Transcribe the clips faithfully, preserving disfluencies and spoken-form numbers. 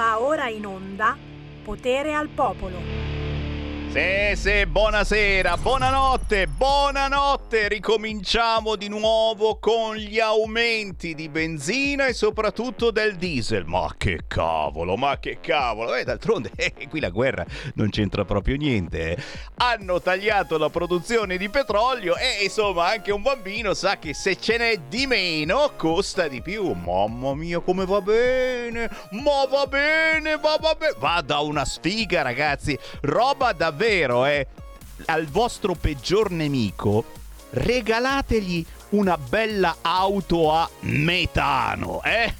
Va ora in onda Potere al Popolo. Sì, sì, buonasera, buonanotte, buonanotte, ricominciamo di nuovo con gli aumenti di benzina e soprattutto del diesel. Ma che cavolo, ma che cavolo, eh, d'altronde eh, qui la guerra non c'entra proprio niente. Eh. Hanno tagliato la produzione di petrolio e insomma anche un bambino sa che se ce n'è di meno costa di più. Mamma mia come va bene, ma va bene, va, va bene, va da una sfiga ragazzi, roba davvero. Vero, eh? Al vostro peggior nemico regalategli una bella auto a metano, eh?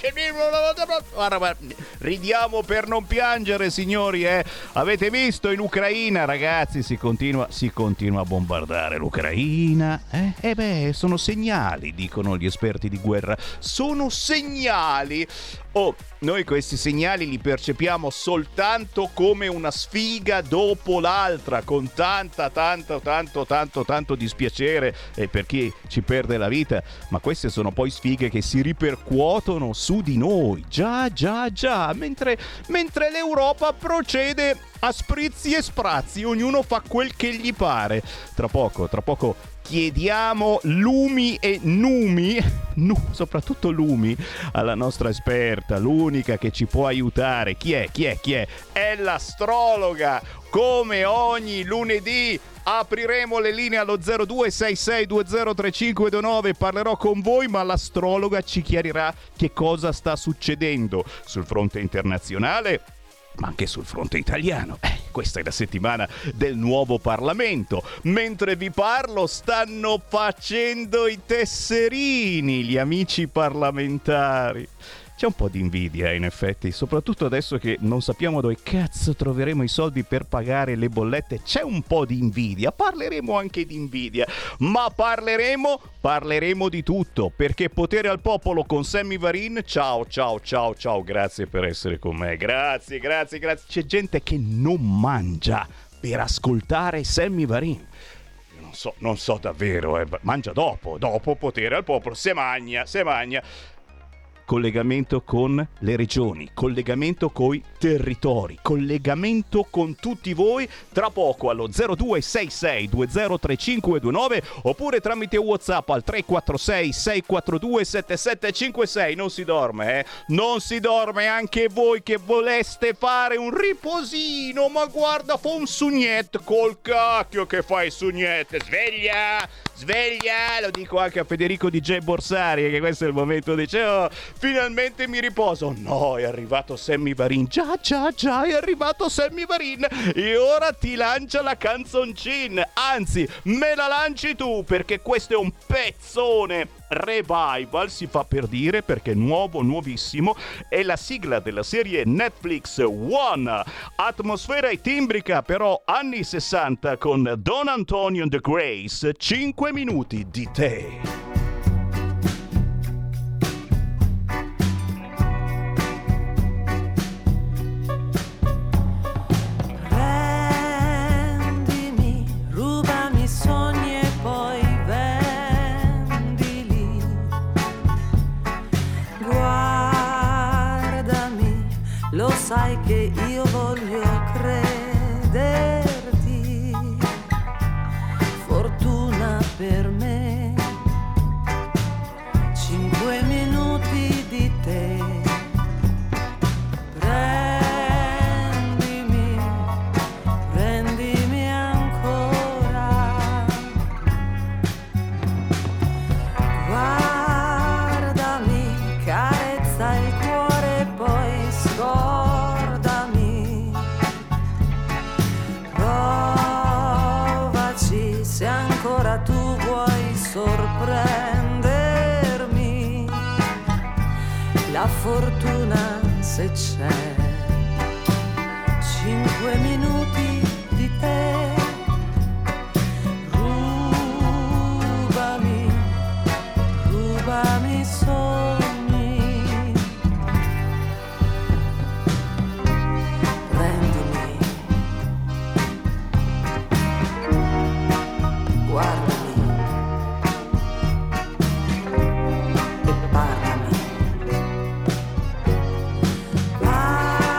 Ridiamo per non piangere, signori, eh? Avete visto in Ucraina, ragazzi, si continua, si continua a bombardare l'Ucraina, eh? E beh, sono segnali, dicono gli esperti di guerra, sono segnali. Oh, noi questi segnali li percepiamo soltanto come una sfiga dopo l'altra, con tanta, tanta, tanto, tanto, tanto dispiacere e per chi ci perde la vita, ma queste sono poi sfighe che si ripercuotono su di noi, già, già, già, mentre, mentre l'Europa procede a sprizzi e sprazzi, ognuno fa quel che gli pare. Tra poco, tra poco chiediamo lumi e numi, nu, soprattutto lumi, alla nostra esperta, l'unica che ci può aiutare. Chi è? Chi è? Chi è? È l'astrologa. Come ogni lunedì apriremo le linee allo zero due sei sei due zero tre cinque due nove, parlerò con voi, ma l'astrologa ci chiarirà che cosa sta succedendo sul fronte internazionale, ma anche sul fronte italiano. Eh, questa è la settimana del nuovo Parlamento. Mentre vi parlo stanno facendo i tesserini gli amici parlamentari. C'è un po' di invidia in effetti, soprattutto adesso che non sappiamo dove cazzo troveremo i soldi per pagare le bollette. C'è un po' di invidia, parleremo anche di invidia, ma parleremo, parleremo di tutto, perché Potere al Popolo con Sammy Varin. Ciao, ciao, ciao, ciao, grazie per essere con me, grazie, grazie, grazie. C'è gente che non mangia per ascoltare Sammy Varin. Non so, non so davvero, eh. Mangia dopo, dopo Potere al Popolo, se magna, se magna. Collegamento con le regioni, collegamento coi territori, collegamento con tutti voi tra poco allo zero due sei sei due zero tre cinque due nove oppure tramite WhatsApp al tre quattro sei sei quattro due sette sette cinque sei. Non si dorme, eh? Non si dorme anche voi che voleste fare un riposino, ma guarda, fa un sugnet, col cacchio che fai sugnet, sveglia, sveglia, lo dico anche a Federico D J Borsari, che questo è il momento di oh, finalmente mi riposo. No, è arrivato Sammy Varin. Già, già, già, è arrivato Sammy Varin. E ora ti lancia la canzoncina. Anzi, me la lanci tu, perché questo è un pezzone. Revival, si fa per dire, perché è nuovo, nuovissimo. È la sigla della serie Netflix One. Atmosfera e timbrica, però anni sessanta, con Don Antonio and the Grace. cinque minuti di te. Sai che io voglio crederti, fortuna per me, cinque minuti di te, prendimi, prendimi ancora, guardami, carezza il cuore, poi scopri. Se ancora tu vuoi sorprendermi, la fortuna se c'è, cinque minuti di te, rubami, rubami sogni. Parlami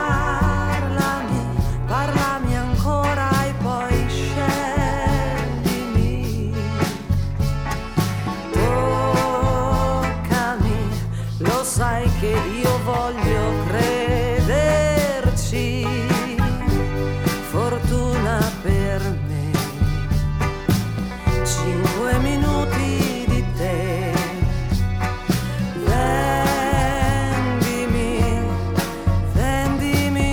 lo sai che io voglio crederci, fortuna per me, cinque minuti di te, vendimi, vendimi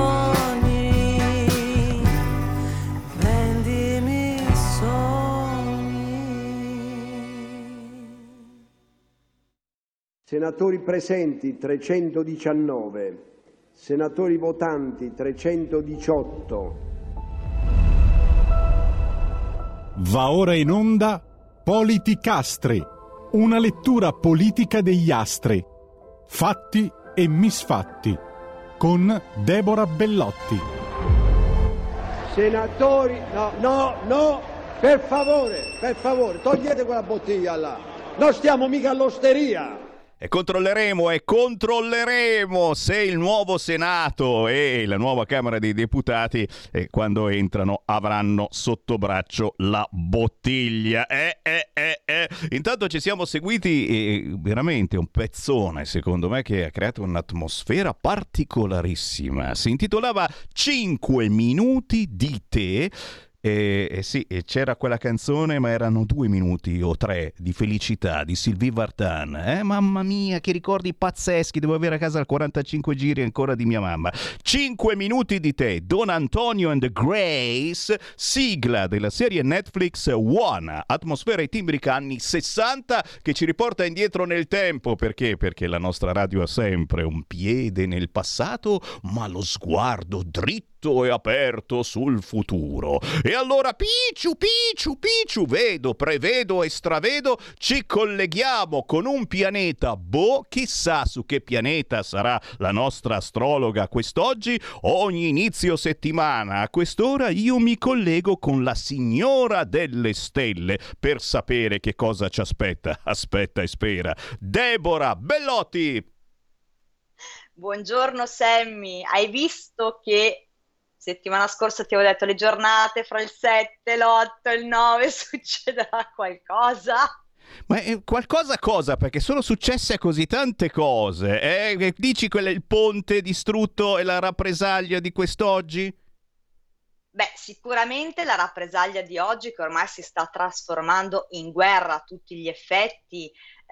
sogni, vendimi sogni. Senatori presenti trecentodiciannove, senatori votanti trecentodiciotto. Va ora in onda Politicastri, una lettura politica degli astri, fatti e misfatti, con Deborah Bellotti. Senatori, no, no, no, per favore, per favore, togliete quella bottiglia là, non stiamo mica all'osteria. E controlleremo e controlleremo se il nuovo Senato e la nuova Camera dei Deputati eh, quando entrano avranno sotto braccio la bottiglia. Eh, eh, eh, eh. Intanto ci siamo seguiti eh, veramente un pezzone, secondo me, che ha creato un'atmosfera particolarissima. Si intitolava cinque minuti di te. E, e sì, e c'era quella canzone, ma erano due minuti o tre di felicità di Sylvie Vartan. Eh, mamma mia, che ricordi pazzeschi! Devo avere a casa il quarantacinque giri ancora di mia mamma. Cinque minuti di te, Don Antonio and the Grace, sigla della serie Netflix One, atmosfera e timbrica anni sessanta che ci riporta indietro nel tempo. Perché? Perché la nostra radio ha sempre un piede nel passato, ma lo sguardo dritto e aperto sul futuro. E allora picciu picciu picciu vedo, prevedo e stravedo, ci colleghiamo con un pianeta. Boh, chissà su che pianeta sarà la nostra astrologa quest'oggi. Ogni inizio settimana a quest'ora io mi collego con la signora delle stelle per sapere che cosa ci aspetta. Aspetta e spera. Deborah Bellotti. Buongiorno Sammy, hai visto che settimana scorsa ti avevo detto le giornate fra il sette, l'otto e il nove succederà qualcosa? Ma è qualcosa cosa? Perché sono successe così tante cose. Eh? Dici quello, il ponte distrutto e la rappresaglia di quest'oggi? Beh, sicuramente la rappresaglia di oggi, che ormai si sta trasformando in guerra a tutti gli effetti,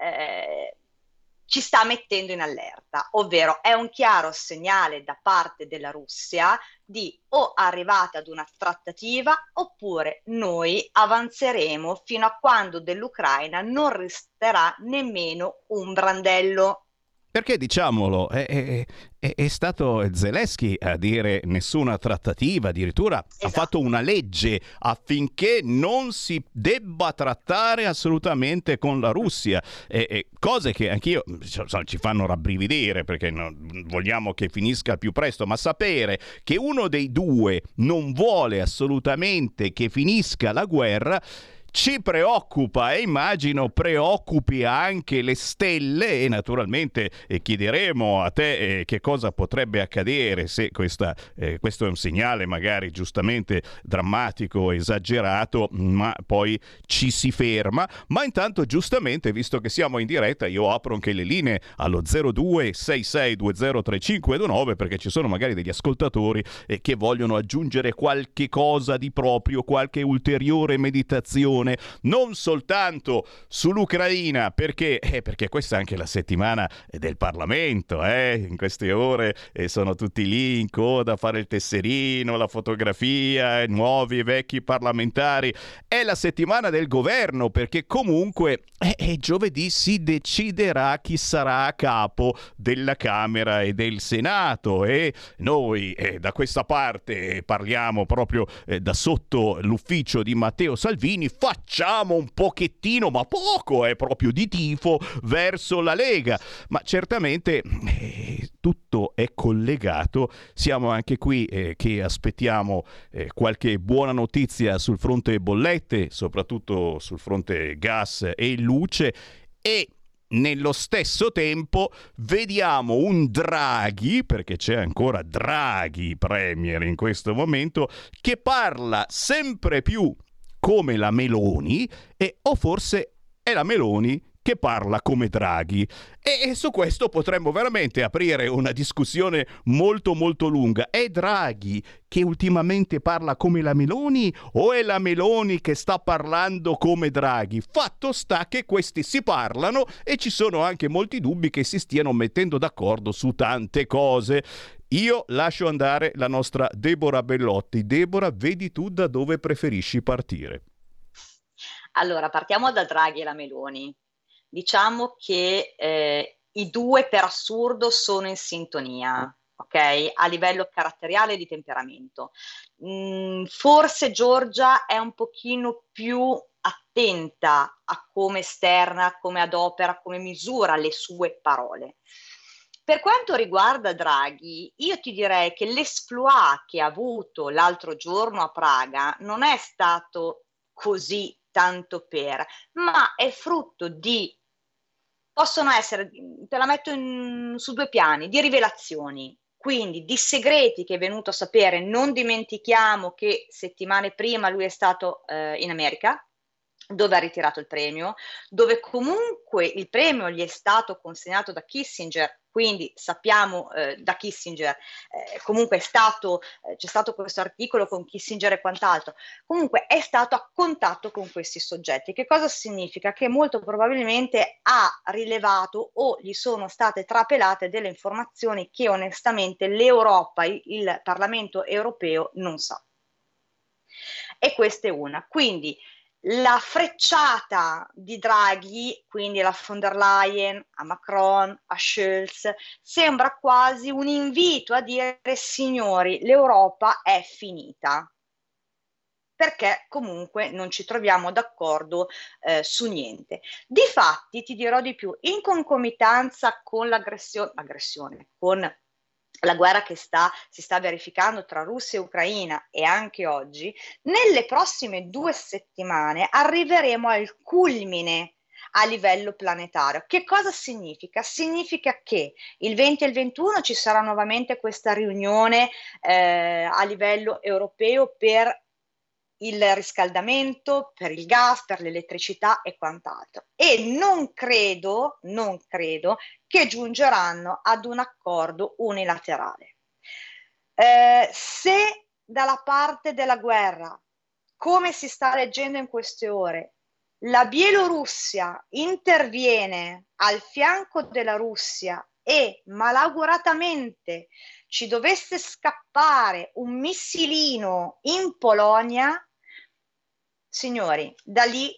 eh, ci sta mettendo in allerta, ovvero è un chiaro segnale da parte della Russia di o arrivate ad una trattativa oppure noi avanzeremo fino a quando dell'Ucraina non resterà nemmeno un brandello. Perché, diciamolo, è, è, è, è stato Zelensky a dire nessuna trattativa, addirittura esatto. Ha fatto una legge affinché non si debba trattare assolutamente con la Russia, e, e cose che anch'io insomma, ci fanno rabbrividire, perché no, vogliamo che finisca al più presto, ma sapere che uno dei due non vuole assolutamente che finisca la guerra ci preoccupa, e immagino preoccupi anche le stelle. E naturalmente eh, chiederemo a te eh, che cosa potrebbe accadere se questa, eh, questo è un segnale magari giustamente drammatico, esagerato, ma poi ci si ferma. Ma intanto giustamente, visto che siamo in diretta, io apro anche le linee allo zero due sei sei due zero tre cinque due nove, perché ci sono magari degli ascoltatori eh, che vogliono aggiungere qualche cosa di proprio, qualche ulteriore meditazione, non soltanto sull'Ucraina, perché, eh, perché questa è anche la settimana del Parlamento, eh? In queste ore eh, sono tutti lì in coda a fare il tesserino, la fotografia, nuovi e vecchi parlamentari. È la settimana del governo, perché comunque eh, eh, giovedì si deciderà chi sarà a capo della Camera e del Senato, e noi eh, da questa parte parliamo proprio eh, da sotto l'ufficio di Matteo Salvini. Facciamo un pochettino, ma poco, è eh, proprio di tifo verso la Lega, ma certamente eh, tutto è collegato. Siamo anche qui eh, che aspettiamo eh, qualche buona notizia sul fronte bollette, soprattutto sul fronte gas e luce, e nello stesso tempo vediamo un Draghi, perché c'è ancora Draghi premier in questo momento, che parla sempre più come la Meloni, e o forse è la Meloni che parla come Draghi? E, e su questo potremmo veramente aprire una discussione molto molto lunga. È Draghi che ultimamente parla come la Meloni o è la Meloni che sta parlando come Draghi? Fatto sta che questi si parlano e ci sono anche molti dubbi che si stiano mettendo d'accordo su tante cose. Io lascio andare la nostra Deborah Bellotti. Deborah, vedi tu da dove preferisci partire. Allora, partiamo da Draghi e la Meloni. Diciamo che eh, i due per assurdo sono in sintonia, ok? A livello caratteriale e di temperamento. Mm, forse Giorgia è un pochino più attenta a come esterna, come adopera, come misura le sue parole. Per quanto riguarda Draghi, io ti direi che l'esploit che ha avuto l'altro giorno a Praga non è stato così tanto per, ma è frutto di, possono essere, te la metto in, su due piani, di rivelazioni, quindi di segreti che è venuto a sapere. Non dimentichiamo che settimane prima lui è stato eh, in America, dove ha ritirato il premio, dove comunque il premio gli è stato consegnato da Kissinger, quindi sappiamo eh, da Kissinger, eh, comunque è stato, eh, c'è stato questo articolo con Kissinger e quant'altro, comunque è stato a contatto con questi soggetti. Che cosa significa? Che molto probabilmente ha rilevato o gli sono state trapelate delle informazioni che onestamente l'Europa, il, il Parlamento europeo non sa. E questa è una. Quindi la frecciata di Draghi, quindi alla von der Leyen, a Macron, a Scholz, sembra quasi un invito a dire: signori, l'Europa è finita, perché comunque non ci troviamo d'accordo eh, su niente. Difatti, ti dirò di più, in concomitanza con l'aggressione, aggressione, con la guerra che sta, si sta verificando tra Russia e Ucraina, e anche oggi, nelle prossime due settimane arriveremo al culmine a livello planetario. Che cosa significa? Significa che il venti e il ventuno ci sarà nuovamente questa riunione eh, a livello europeo per il riscaldamento, per il gas, per l'elettricità e quant'altro. E non credo, non credo che giungeranno ad un accordo unilaterale. Eh, se dalla parte della guerra, come si sta leggendo in queste ore, la Bielorussia interviene al fianco della Russia e malauguratamente ci dovesse scappare un missilino in Polonia, signori, da lì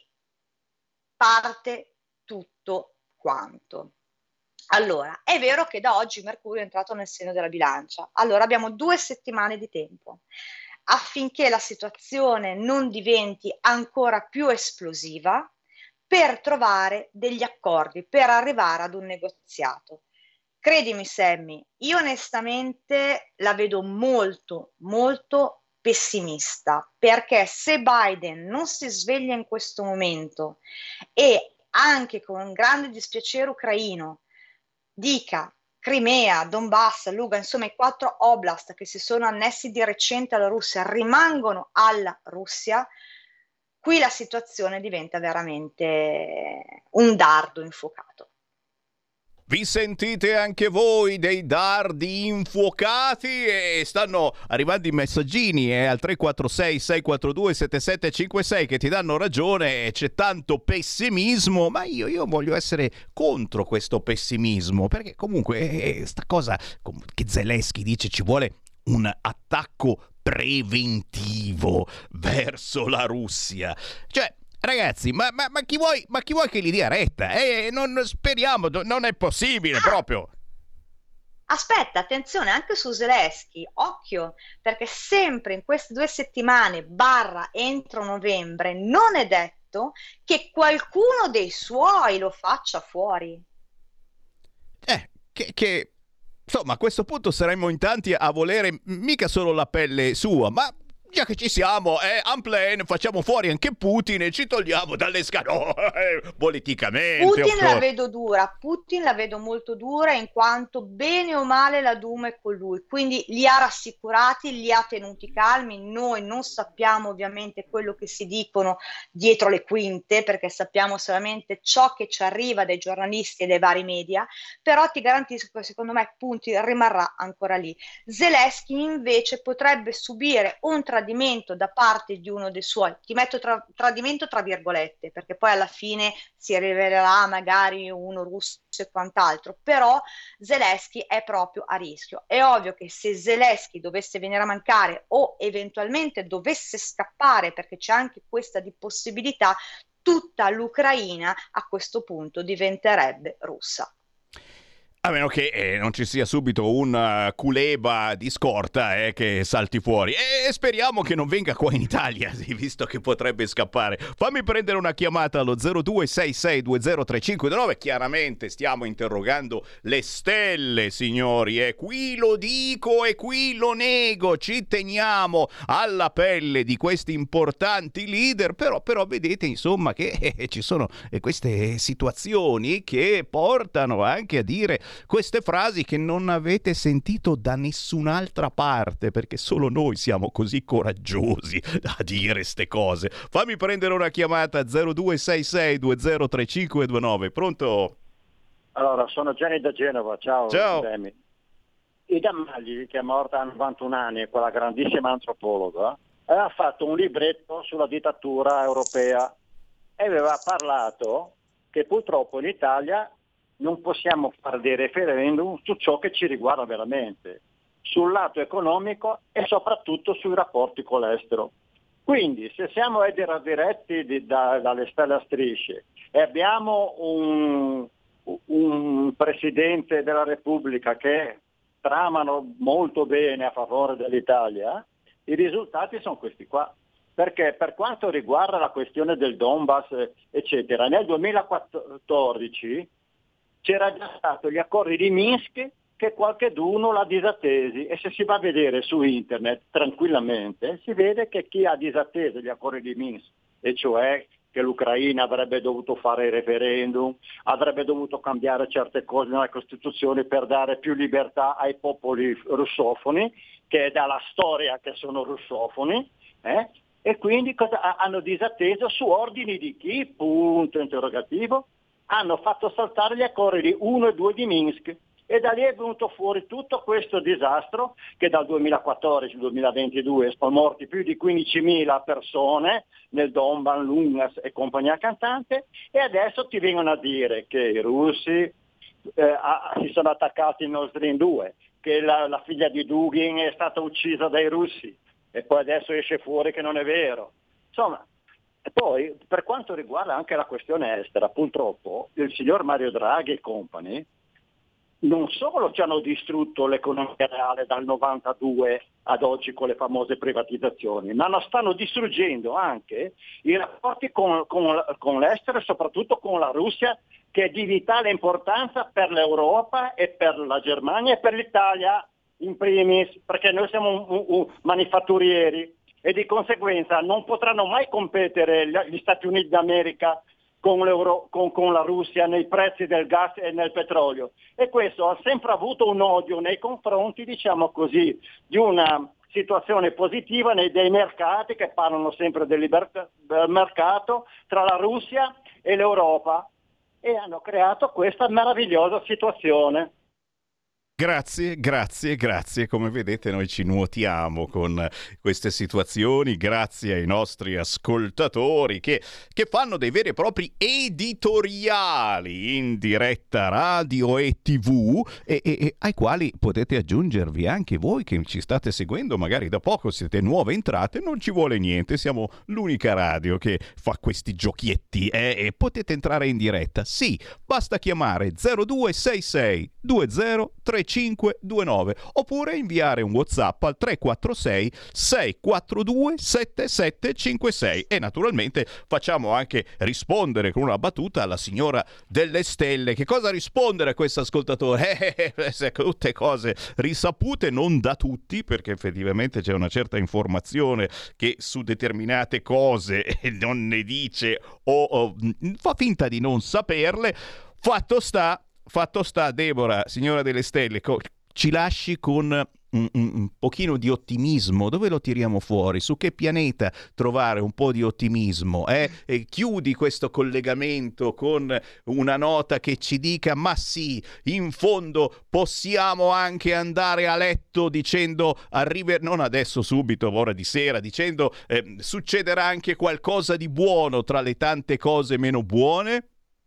parte tutto quanto. Allora, è vero che da oggi Mercurio è entrato nel segno della bilancia, allora abbiamo due settimane di tempo affinché la situazione non diventi ancora più esplosiva, per trovare degli accordi, per arrivare ad un negoziato. Credimi Sammy, io onestamente la vedo molto, molto pessimista, perché se Biden non si sveglia in questo momento e anche con un grande dispiacere ucraino dica Crimea, Donbass, Luga, insomma i quattro oblast che si sono annessi di recente alla Russia rimangono alla Russia, qui la situazione diventa veramente un dardo infuocato. Vi sentite anche voi dei dardi infuocati? E stanno arrivando i messaggini eh, al tre quattro sei sei quattro due sette sette cinque sei che ti danno ragione. C'è tanto pessimismo, ma io, io voglio essere contro questo pessimismo, perché comunque eh, sta cosa che Zelensky dice, ci vuole un attacco preventivo verso la Russia. Cioè, ragazzi, ma, ma, ma, chi vuoi, ma chi vuoi che gli dia retta? Eh, non speriamo, non è possibile proprio. Aspetta, attenzione anche su Zelensky, occhio, perché sempre in queste due settimane barra entro novembre non è detto che qualcuno dei suoi lo faccia fuori. Eh, che... che... Insomma, a questo punto saremmo in tanti a volere mica solo la pelle sua, ma già che ci siamo, eh, un plan, facciamo fuori anche Putin e ci togliamo dalle scatole, eh, politicamente. Putin la vedo dura, Putin la vedo molto dura in quanto bene o male la Duma è con lui, quindi li ha rassicurati, li ha tenuti calmi. Noi non sappiamo ovviamente quello che si dicono dietro le quinte, perché sappiamo solamente ciò che ci arriva dai giornalisti e dai vari media, però ti garantisco che secondo me Putin rimarrà ancora lì. Zelensky invece potrebbe subire un tradimento da parte di uno dei suoi, ti metto tra, tradimento tra virgolette, perché poi alla fine si rivelerà magari uno russo e quant'altro, però Zelensky è proprio a rischio. È ovvio che se Zelensky dovesse venire a mancare o eventualmente dovesse scappare, perché c'è anche questa di possibilità, tutta l'Ucraina a questo punto diventerebbe russa. A meno che eh, non ci sia subito una culeba di scorta eh, che salti fuori. E speriamo che non venga qua in Italia, sì, visto che potrebbe scappare. Fammi prendere una chiamata allo zero due sei sei due zero tre cinque due nove. Chiaramente stiamo interrogando le stelle, signori. E eh. qui lo dico e qui lo nego. Ci teniamo alla pelle di questi importanti leader. Però, però vedete, insomma, che eh, ci sono eh, queste situazioni che portano anche a dire queste frasi che non avete sentito da nessun'altra parte, perché solo noi siamo così coraggiosi a dire ste cose. Fammi prendere una chiamata zero due sei sei due zero tre cinque due nove. Pronto? Allora, sono Gianni da Genova, ciao. Ciao. Demi. Ida Magli, che è morta a novantuno anni, quella grandissima antropologa, aveva fatto un libretto sulla dittatura europea e aveva parlato che purtroppo in Italia non possiamo fare dei referendum su ciò che ci riguarda veramente, sul lato economico e soprattutto sui rapporti con l'estero. Quindi se siamo diretti di, da, dalle stelle a strisce e abbiamo un, un Presidente della Repubblica che tramano molto bene a favore dell'Italia, i risultati sono questi qua. Perché per quanto riguarda la questione del Donbass, eccetera, nel duemilaquattordici c'era già stato gli accordi di Minsk che qualcheduno l'ha disattesi, e se si va a vedere su internet tranquillamente si vede che chi ha disatteso gli accordi di Minsk, e cioè che l'Ucraina avrebbe dovuto fare il referendum, avrebbe dovuto cambiare certe cose nella Costituzione per dare più libertà ai popoli russofoni, che è dalla storia che sono russofoni, eh? E quindi cosa hanno disatteso? Su ordini di chi? Punto interrogativo. Hanno fatto saltare gli accordi uno e due di Minsk, e da lì è venuto fuori tutto questo disastro che dal duemilaquattordici al duemilaventidue sono morti più di quindicimila persone nel Donbass, Lugansk e compagnia cantante, e adesso ti vengono a dire che i russi eh, a, si sono attaccati in Nord Stream due, che la, la figlia di Dugin è stata uccisa dai russi, e poi adesso esce fuori che non è vero. Insomma, e poi per quanto riguarda anche la questione estera, purtroppo il signor Mario Draghi e compagni non solo ci hanno distrutto l'economia reale dal novantadue ad oggi con le famose privatizzazioni, ma stanno distruggendo anche i rapporti con, con, con l'estero e soprattutto con la Russia, che è di vitale importanza per l'Europa e per la Germania e per l'Italia in primis, perché noi siamo un, un, un manifatturieri e di conseguenza non potranno mai competere gli Stati Uniti d'America con, l'Euro, con, con la Russia nei prezzi del gas e nel petrolio, e questo ha sempre avuto un odio nei confronti, diciamo così, di una situazione positiva nei, dei mercati che parlano sempre del, liber- del mercato tra la Russia e l'Europa, e hanno creato questa meravigliosa situazione. Grazie, grazie, grazie. Come vedete noi ci nuotiamo con queste situazioni grazie ai nostri ascoltatori che, che fanno dei veri e propri editoriali in diretta radio e tv e, e, e ai quali potete aggiungervi anche voi che ci state seguendo, magari da poco siete nuove entrate, non ci vuole niente, siamo l'unica radio che fa questi giochietti eh, e potete entrare in diretta. Sì, basta chiamare zero due sei sei due zero tre cinque due nove, oppure inviare un WhatsApp al tre quattro sei sei quattro due sette sette cinque sei, e naturalmente facciamo anche rispondere con una battuta alla signora delle stelle. Che cosa rispondere a questo ascoltatore? Eh, eh, eh, tutte cose risapute, non da tutti, perché effettivamente c'è una certa informazione che su determinate cose non ne dice o, o fa finta di non saperle. Fatto sta, fatto sta, Deborah, signora delle stelle, co- ci lasci con un, un, un pochino di ottimismo. Dove lo tiriamo fuori? Su che pianeta trovare un po' di ottimismo? Eh? E chiudi questo collegamento con una nota che ci dica: ma sì, in fondo possiamo anche andare a letto dicendo arriva, non adesso subito, ora di sera, dicendo eh, succederà anche qualcosa di buono tra le tante cose meno buone?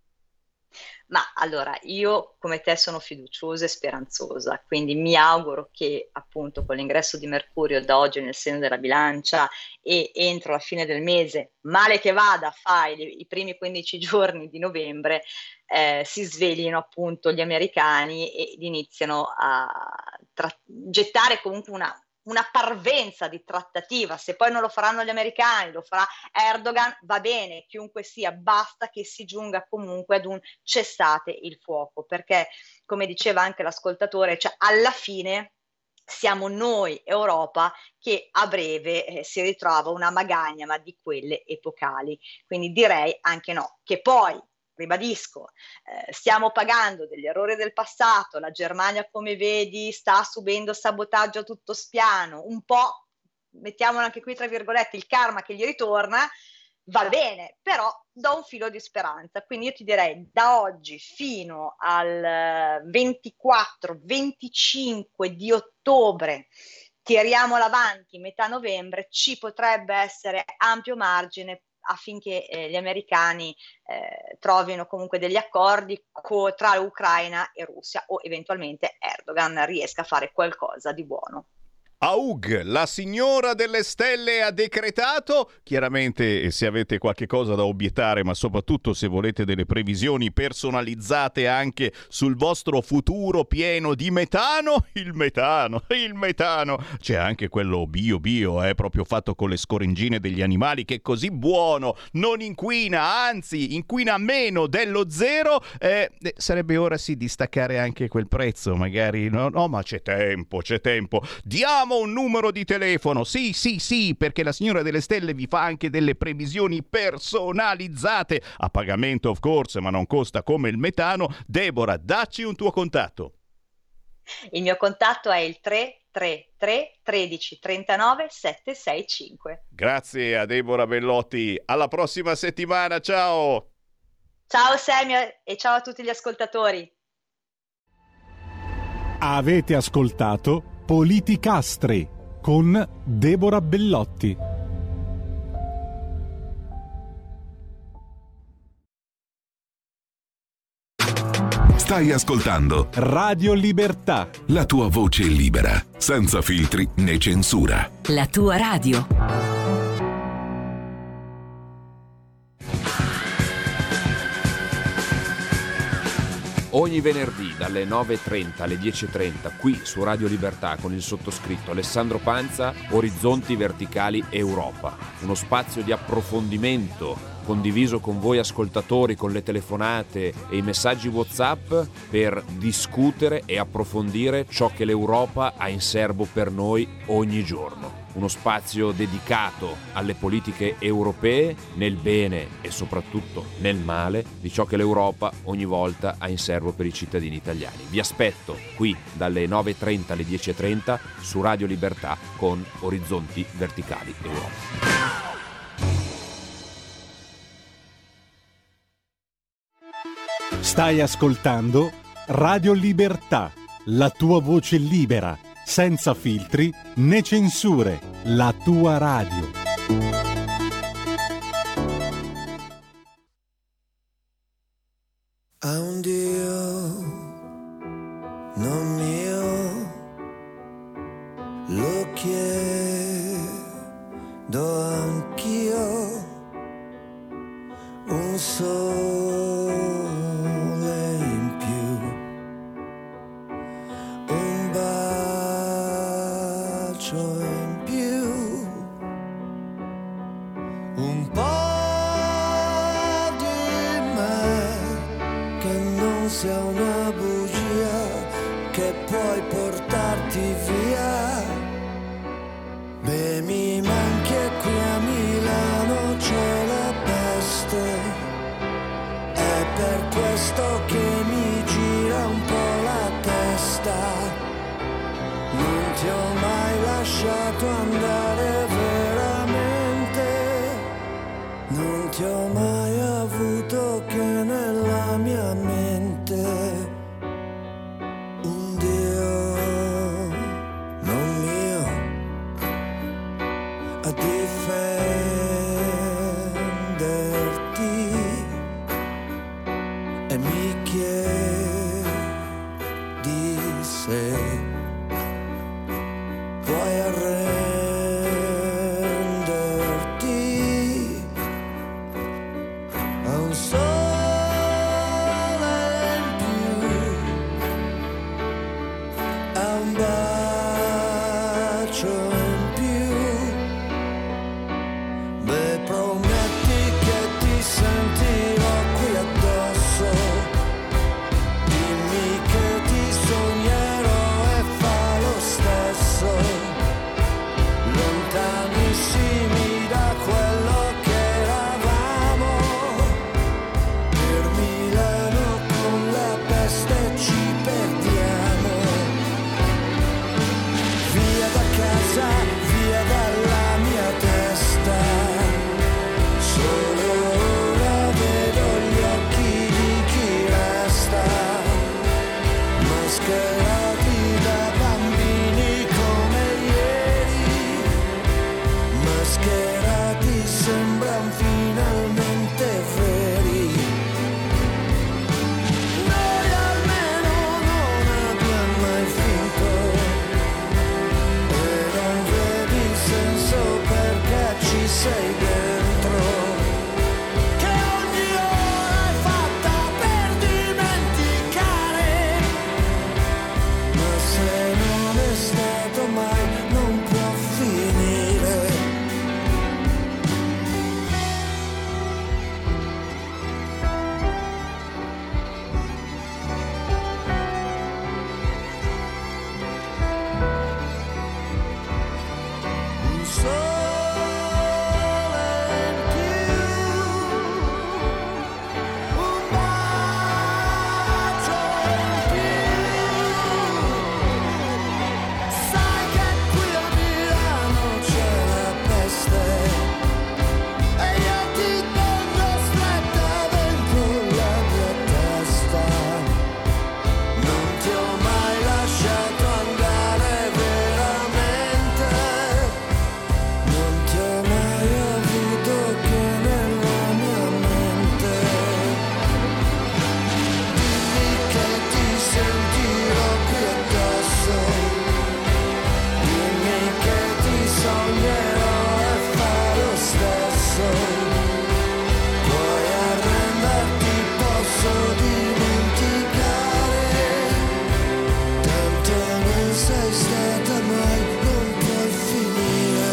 Ma allora, io come te sono fiduciosa e speranzosa, quindi mi auguro che appunto con l'ingresso di Mercurio da oggi nel segno della bilancia e entro la fine del mese, male che vada, fai i primi quindici giorni di novembre, eh, si sveglino appunto gli americani ed iniziano a tra- gettare comunque una una parvenza di trattativa. Se poi non lo faranno gli americani, lo farà Erdogan, va bene, chiunque sia, basta che si giunga comunque ad un cessate il fuoco, perché come diceva anche l'ascoltatore, cioè alla fine siamo noi Europa che a breve eh, si ritrova una magagna, ma di quelle epocali, quindi direi anche no, che poi ribadisco, eh, stiamo pagando degli errori del passato, la Germania come vedi sta subendo sabotaggio a tutto spiano, un po', mettiamolo anche qui tra virgolette, il karma che gli ritorna, va bene, però do un filo di speranza, quindi io ti direi da oggi fino al ventiquattro venticinque di ottobre, tiriamola avanti, metà novembre, ci potrebbe essere ampio margine affinché eh, gli americani eh, trovino comunque degli accordi co- tra Ucraina e Russia, o eventualmente Erdogan riesca a fare qualcosa di buono. Aug, la signora delle stelle ha decretato. Chiaramente, se avete qualche cosa da obiettare, ma soprattutto se volete delle previsioni personalizzate anche sul vostro futuro pieno di metano, il metano, il metano, c'è anche quello bio bio, eh, proprio fatto con le scoringine degli animali, che è così buono, non inquina, anzi inquina meno dello zero. Eh, sarebbe ora sì di staccare anche quel prezzo, magari. No, no, ma c'è tempo, c'è tempo. Diamo un numero di telefono, sì sì sì, perché la signora delle stelle vi fa anche delle previsioni personalizzate a pagamento, of course, ma non costa come il metano. Deborah, dacci un tuo contatto. Il mio contatto è il tre tre tre tredici trentanove settecentosessantacinque. Grazie a Deborah Bellotti, alla prossima settimana, ciao. Ciao Semio e ciao a tutti gli ascoltatori. Avete ascoltato Politicastri con Deborah Bellotti. Stai ascoltando Radio Libertà, la tua voce libera, senza filtri né censura. La tua radio. Ogni venerdì dalle nove e trenta alle dieci e trenta qui su Radio Libertà con il sottoscritto Alessandro Panza, Orizzonti Verticali Europa, uno spazio di approfondimento condiviso con voi ascoltatori, con le telefonate e i messaggi WhatsApp, per discutere e approfondire ciò che l'Europa ha in serbo per noi ogni giorno. Uno spazio dedicato alle politiche europee, nel bene e soprattutto nel male di ciò che l'Europa ogni volta ha in serbo per i cittadini italiani. Vi aspetto qui dalle nove e trenta alle dieci e trenta su Radio Libertà con Orizzonti Verticali Europa. Stai ascoltando Radio Libertà, la tua voce libera, senza filtri né censure, la tua radio. A un Dio non mio lo chiedo anch'io, un sole in più, bacio in più, un po' di me che non sia una bugia che puoi portarti via. Beh, mi manchi e qui a Milano c'è la peste, è per questo che mi gira un po' la testa. Non ti ho mai lasciato andare veramente, non ti ho mai avuto che nella mia mente un Dio non mio a difenderti e mi chiedi se puoi arrenderti a un sole in più, a un bacio in più. Beh, prometti che ti sentirò qui addosso, dimmi che ti sognerò e fa lo stesso, lontanissimi da quello che eravamo. Per Milano con la peste ci perdiamo, via da casa, via dalla mia testa. Solo ora vedo gli occhi di chi resta, mascherati da bambini come ieri, mascherati sembran finalmente veri. Noi almeno non abbiamo mai finto e non vedi il senso perché ci sei dentro, che ogni ora è fatta per dimenticare, ma se non è stato mai non può finire. Un sole in più, un bacio in più. Sai che qui a Milano c'è la peste e io ti tengo stretta dentro la tua testa. Non ti ho mai lasciato andare veramente, non ti ho mai avuto che nella mia mente. Dimmi che ti sentirò qui addosso, dimmi che ti sognerò e fa lo stesso. Puoi arrenderti, posso dimenticare, tanto non sei stata mai, non puoi finire.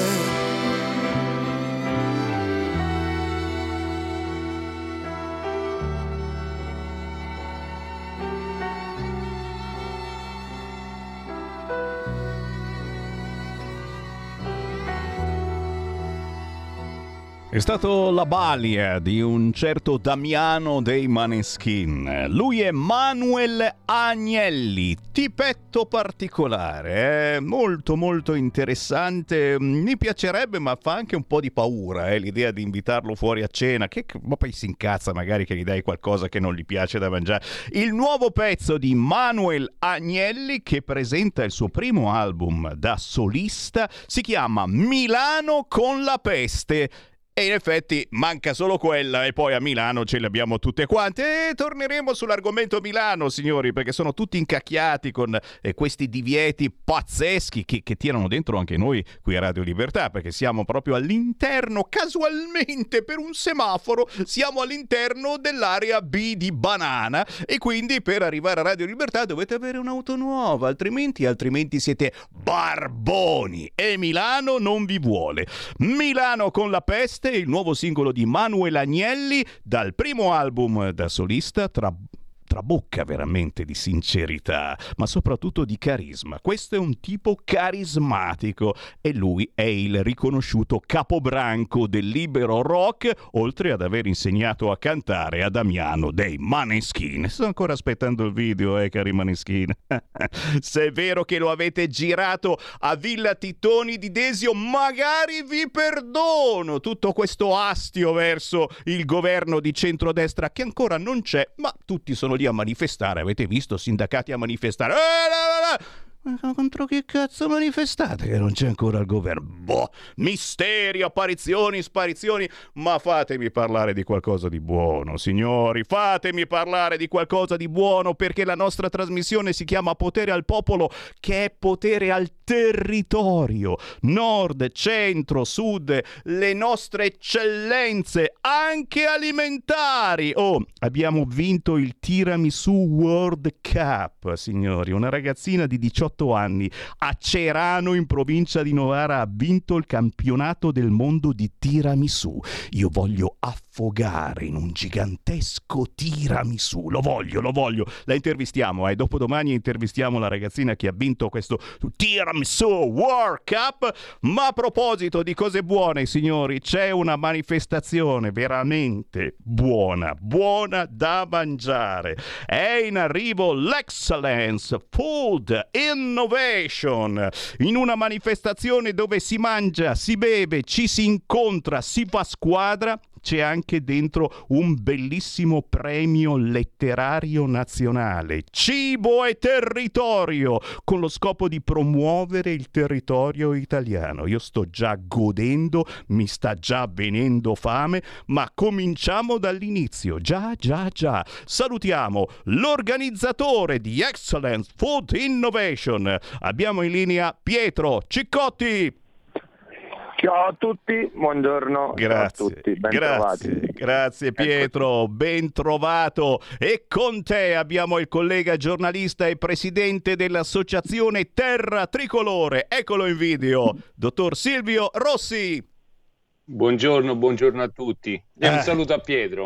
È stato la balia di un certo Damiano dei Maneskin. Lui è Manuel Agnelli, tipetto particolare, eh? molto molto interessante. Mi piacerebbe, ma fa anche un po' di paura eh? l'idea di invitarlo fuori a cena, che ma poi si incazza magari che gli dai qualcosa che non gli piace da mangiare. Il nuovo pezzo di Manuel Agnelli, che presenta il suo primo album da solista, si chiama Milano con la peste. E in effetti manca solo quella e poi a Milano ce le abbiamo tutte quante. E torneremo sull'argomento Milano, signori, perché sono tutti incacchiati con eh, questi divieti pazzeschi che, che tirano dentro anche noi qui a Radio Libertà, perché siamo proprio all'interno, casualmente per un semaforo, siamo all'interno dell'area B di Banana e quindi per arrivare a Radio Libertà dovete avere un'auto nuova, altrimenti, altrimenti siete barboni e Milano non vi vuole. Milano con la peste, il nuovo singolo di Manuel Agnelli dal primo album da solista, tra trabocca veramente di sincerità, ma soprattutto di carisma. Questo è un tipo carismatico e lui è il riconosciuto capobranco del libero rock, oltre ad aver insegnato a cantare a Damiano dei Maneskin. Sto ancora aspettando il video, eh, cari Maneskin. Se è vero che lo avete girato a Villa Tittoni di Desio, magari vi perdono tutto questo astio verso il governo di centrodestra che ancora non c'è, ma tutti sono lì a manifestare. Avete visto sindacati a manifestare? Eh, la, la, la. Ma contro che cazzo manifestate che non c'è ancora il governo? Boh, misteri, apparizioni, sparizioni. Ma fatemi parlare di qualcosa di buono, signori. Fatemi parlare di qualcosa di buono, perché la nostra trasmissione si chiama Potere al Popolo, che è potere al territorio. Nord, centro, sud, le nostre eccellenze, anche alimentari. Oh, abbiamo vinto il Tiramisù World Cup, signori. Una ragazzina di diciotto anni a Cerano in provincia di Novara ha vinto il campionato del mondo di tiramisù. Io voglio affogare in un gigantesco tiramisù, lo voglio, lo voglio. La intervistiamo, eh. Dopodomani intervistiamo la ragazzina che ha vinto questo Tiramisù World Cup. Ma a proposito di cose buone, signori, c'è una manifestazione veramente buona, buona da mangiare. È in arrivo l'Excellence Food Innovation, in una manifestazione dove si mangia, si beve, ci si incontra, si fa squadra. C'è anche dentro un bellissimo premio letterario nazionale, Cibo e Territorio, con lo scopo di promuovere il territorio italiano. Io sto già godendo, mi sta già venendo fame, ma cominciamo dall'inizio. Già, già, già. Salutiamo l'organizzatore di Excellence Food Innovation. Abbiamo in linea Pietro Ciccotti. Ciao a tutti, buongiorno. Grazie, Ciao a tutti, ben grazie, trovati. grazie Pietro, ben trovato. E con te abbiamo il collega giornalista e presidente dell'associazione Terra Tricolore. Eccolo in video, dottor Silvio Rossi. Buongiorno, buongiorno a tutti. E un Eh. saluto a Pietro.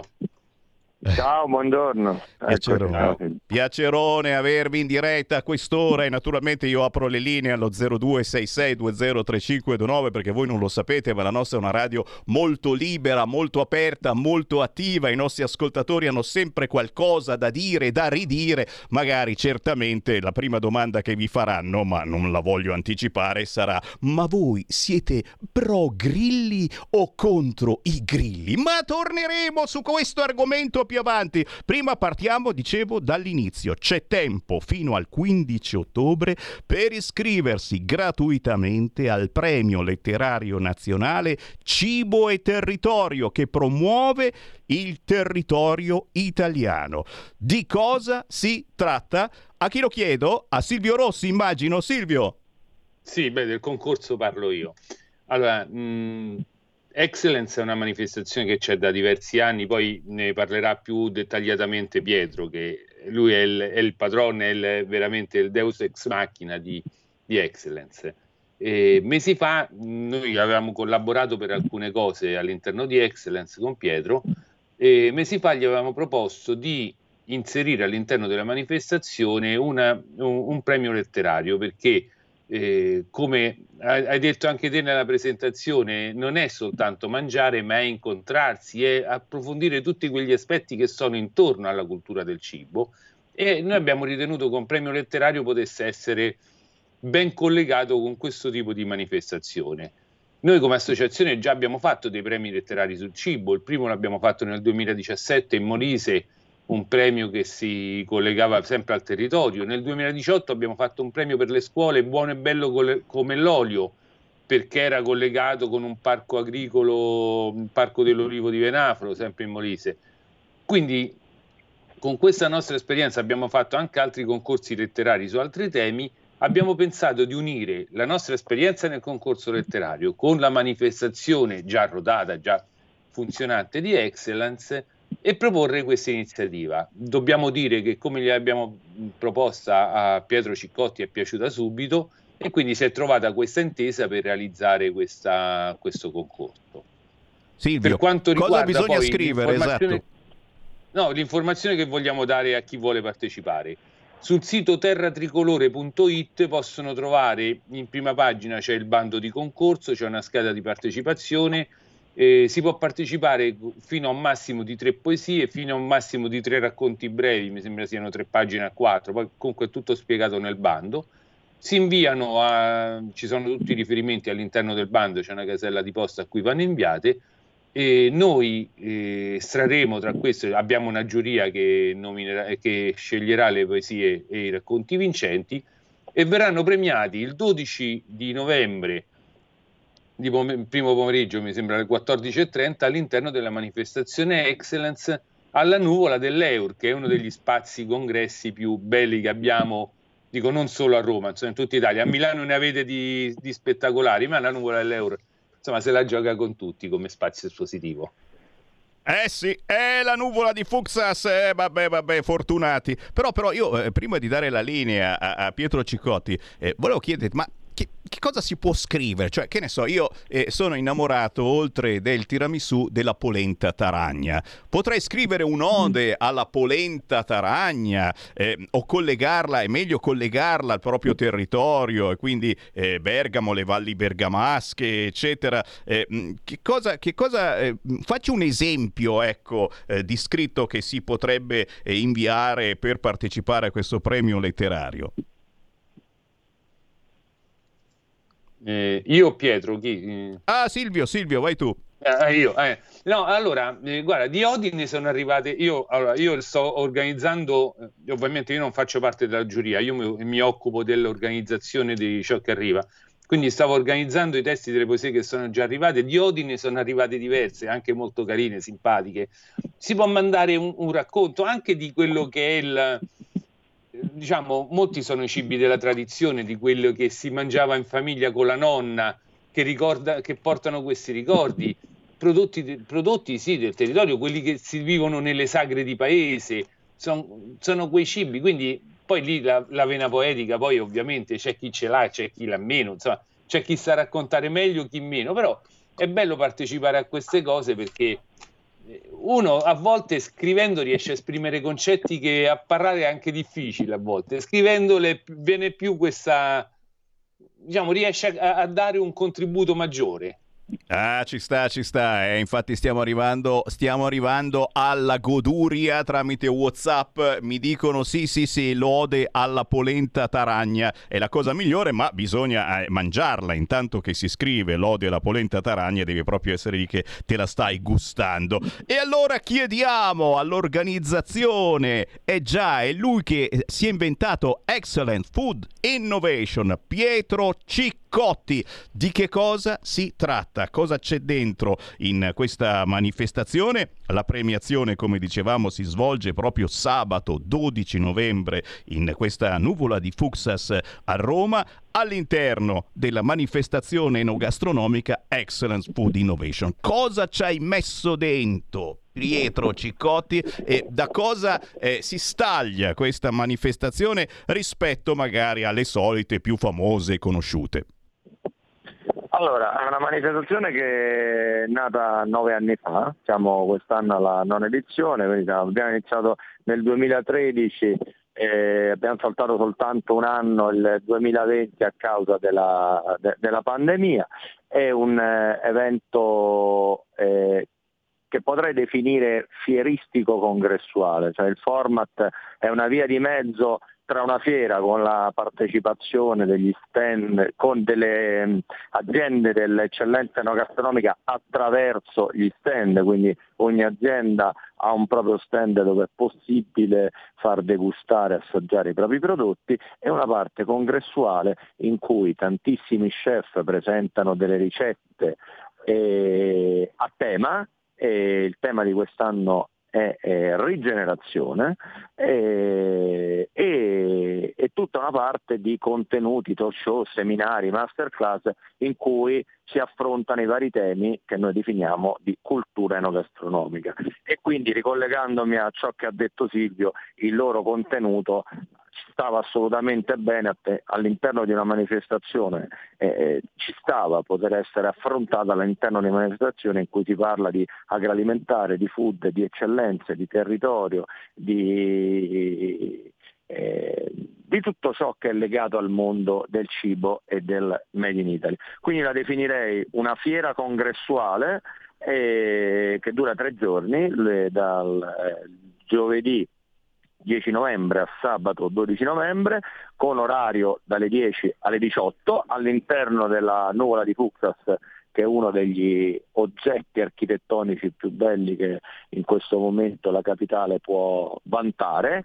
Ciao, buongiorno. Piacerone. Eccoci. Piacerone avervi in diretta a quest'ora e naturalmente io apro le linee allo zero due sei sei due zero tre cinque due nove perché voi non lo sapete, ma la nostra è una radio molto libera, molto aperta, molto attiva. I nostri ascoltatori hanno sempre qualcosa da dire, da ridire. Magari certamente la prima domanda che vi faranno, ma non la voglio anticipare, sarà: ma voi siete pro grilli o contro i grilli? Ma torneremo su questo argomento più avanti. Prima partiamo, dicevo, dall'inizio. C'è tempo fino al quindici ottobre per iscriversi gratuitamente al premio letterario nazionale Cibo e Territorio, che promuove il territorio italiano. Di cosa si tratta? A chi lo chiedo? A Silvio Rossi, immagino. Silvio. Sì, beh, del concorso parlo io. Allora, mh, Excellence è una manifestazione che c'è da diversi anni, poi ne parlerà più dettagliatamente Pietro, che lui è il, è il padrone, è il, veramente il deus ex machina di, di Excellence. E mesi fa noi avevamo collaborato per alcune cose all'interno di Excellence con Pietro, e mesi fa gli avevamo proposto di inserire all'interno della manifestazione una, un, un premio letterario, perché Eh, come hai detto anche te nella presentazione, non è soltanto mangiare, ma è incontrarsi, è approfondire tutti quegli aspetti che sono intorno alla cultura del cibo, e noi abbiamo ritenuto che un premio letterario potesse essere ben collegato con questo tipo di manifestazione. Noi come associazione già abbiamo fatto dei premi letterari sul cibo. Il primo l'abbiamo fatto nel duemiladiciassette in Molise, un premio che si collegava sempre al territorio. Nel duemiladiciotto abbiamo fatto un premio per le scuole, Buono e bello come l'olio, perché era collegato con un parco agricolo, un parco dell'Olivo di Venafro, sempre in Molise. Quindi con questa nostra esperienza abbiamo fatto anche altri concorsi letterari su altri temi, abbiamo pensato di unire la nostra esperienza nel concorso letterario con la manifestazione già rodata, già funzionante di Excellence e proporre questa iniziativa. Dobbiamo dire che come gliel'abbiamo proposta a Pietro Ciccotti è piaciuta subito e quindi si è trovata questa intesa per realizzare questa, questo concorso. Silvio, per quanto riguarda cosa bisogna poi scrivere? Esatto. No, l'informazione che vogliamo dare a chi vuole partecipare. Sul sito terratricolore punto it possono trovare in prima pagina c'è il bando di concorso, c'è una scheda di partecipazione, eh, si può partecipare fino a un massimo di tre poesie, fino a un massimo di tre racconti brevi, mi sembra siano tre pagine a quattro, poi comunque è tutto spiegato nel bando. Si inviano a, ci sono tutti i riferimenti all'interno del bando, c'è una casella di posta a cui vanno inviate e noi eh, estrarremo tra questo, abbiamo una giuria che, nominerà, che sceglierà le poesie e i racconti vincenti e verranno premiati il dodici di novembre, di pom- primo pomeriggio mi sembra alle quattordici e trenta all'interno della manifestazione Excellence alla Nuvola dell'Eur, che è uno degli spazi congressi più belli che abbiamo, dico non solo a Roma, insomma in tutta Italia. A Milano ne avete di, di spettacolari, ma la Nuvola dell'Eur insomma se la gioca con tutti come spazio espositivo. Eh sì, è la nuvola di Fuxas, eh, vabbè, vabbè, fortunati. Però, però io, eh, prima di dare la linea a, a Pietro Ciccotti, eh, volevo chiederti, ma che, che cosa si può scrivere? Cioè, che ne so, io eh, sono innamorato, oltre del tiramisù, della polenta taragna. Potrei scrivere un'ode alla polenta taragna eh, o collegarla, è meglio collegarla al proprio territorio, e quindi eh, Bergamo, le valli bergamasche, eccetera. Eh, che cosa, che cosa eh, faccio un esempio, ecco, eh, di scritto che si potrebbe eh, inviare per partecipare a questo premio letterario. Eh, io Pietro, chi? Ah, Silvio, Silvio, vai tu. Eh, io, eh. No, allora, eh, guarda, di odi ne sono arrivate, io, allora, io sto organizzando, eh, ovviamente io non faccio parte della giuria, io mi, mi occupo dell'organizzazione di ciò che arriva, quindi stavo organizzando i testi delle poesie che sono già arrivate, di odi ne sono arrivate diverse, anche molto carine, simpatiche. Si può mandare un, un racconto anche di quello che è il... Diciamo, molti sono i cibi della tradizione, di quello che si mangiava in famiglia con la nonna, che, ricorda, che portano questi ricordi, prodotti, prodotti sì del territorio, quelli che si vivono nelle sagre di paese, son, sono quei cibi, quindi poi lì la, la vena poetica, poi ovviamente c'è chi ce l'ha, c'è chi l'ha meno, insomma, c'è chi sa raccontare meglio, chi meno, però è bello partecipare a queste cose perché uno a volte scrivendo riesce a esprimere concetti che a parlare è anche difficile, a volte scrivendole viene più questa, diciamo, riesce a, a dare un contributo maggiore. Ah, ci sta, ci sta, eh. Infatti stiamo arrivando, stiamo arrivando alla goduria tramite WhatsApp, mi dicono sì sì sì, lode alla polenta taragna, è la cosa migliore, ma bisogna eh, mangiarla, intanto che si scrive lode alla polenta taragna devi proprio essere lì che te la stai gustando. E allora chiediamo all'organizzazione, è già, è lui che si è inventato Excellent Food Innovation, Pietro Ciccotti, di che cosa si tratta? Cosa c'è dentro in questa manifestazione? La premiazione, come dicevamo, si svolge proprio sabato dodici novembre in questa nuvola di Fuxas a Roma, all'interno della manifestazione enogastronomica Excellence Food Innovation. Cosa ci hai messo dentro, Pietro Ciccotti, e da cosa eh, si staglia questa manifestazione rispetto magari alle solite più famose e conosciute? Allora, è una manifestazione che è nata nove anni fa, siamo quest'anno alla nona edizione, quindi abbiamo iniziato nel duemilatredici, eh, abbiamo saltato soltanto un anno, il duemilaventi, a causa della, de, della pandemia. È un eh, evento eh, che potrei definire fieristico congressuale, cioè il format è una via di mezzo oltre a una fiera con la partecipazione degli stand, con delle mh, aziende dell'eccellenza enogastronomica attraverso gli stand, quindi ogni azienda ha un proprio stand dove è possibile far degustare e assaggiare i propri prodotti, e una parte congressuale in cui tantissimi chef presentano delle ricette eh, a tema, e il tema di quest'anno è, è rigenerazione, e, e, e tutta una parte di contenuti, talk show, seminari, masterclass in cui si affrontano i vari temi che noi definiamo di cultura enogastronomica. E quindi, ricollegandomi a ciò che ha detto Silvio, il loro contenuto stava assolutamente bene a te, all'interno di una manifestazione, eh, ci stava poter essere affrontata all'interno di una manifestazione in cui si parla di agroalimentare, di food, di eccellenze, di territorio, di, eh, di tutto ciò che è legato al mondo del cibo e del Made in Italy. Quindi la definirei una fiera congressuale eh, che dura tre giorni, le, dal eh, giovedì dieci novembre a sabato dodici novembre, con orario dalle dieci alle diciotto all'interno della Nuvola di Fuxas, che è uno degli oggetti architettonici più belli che in questo momento la capitale può vantare,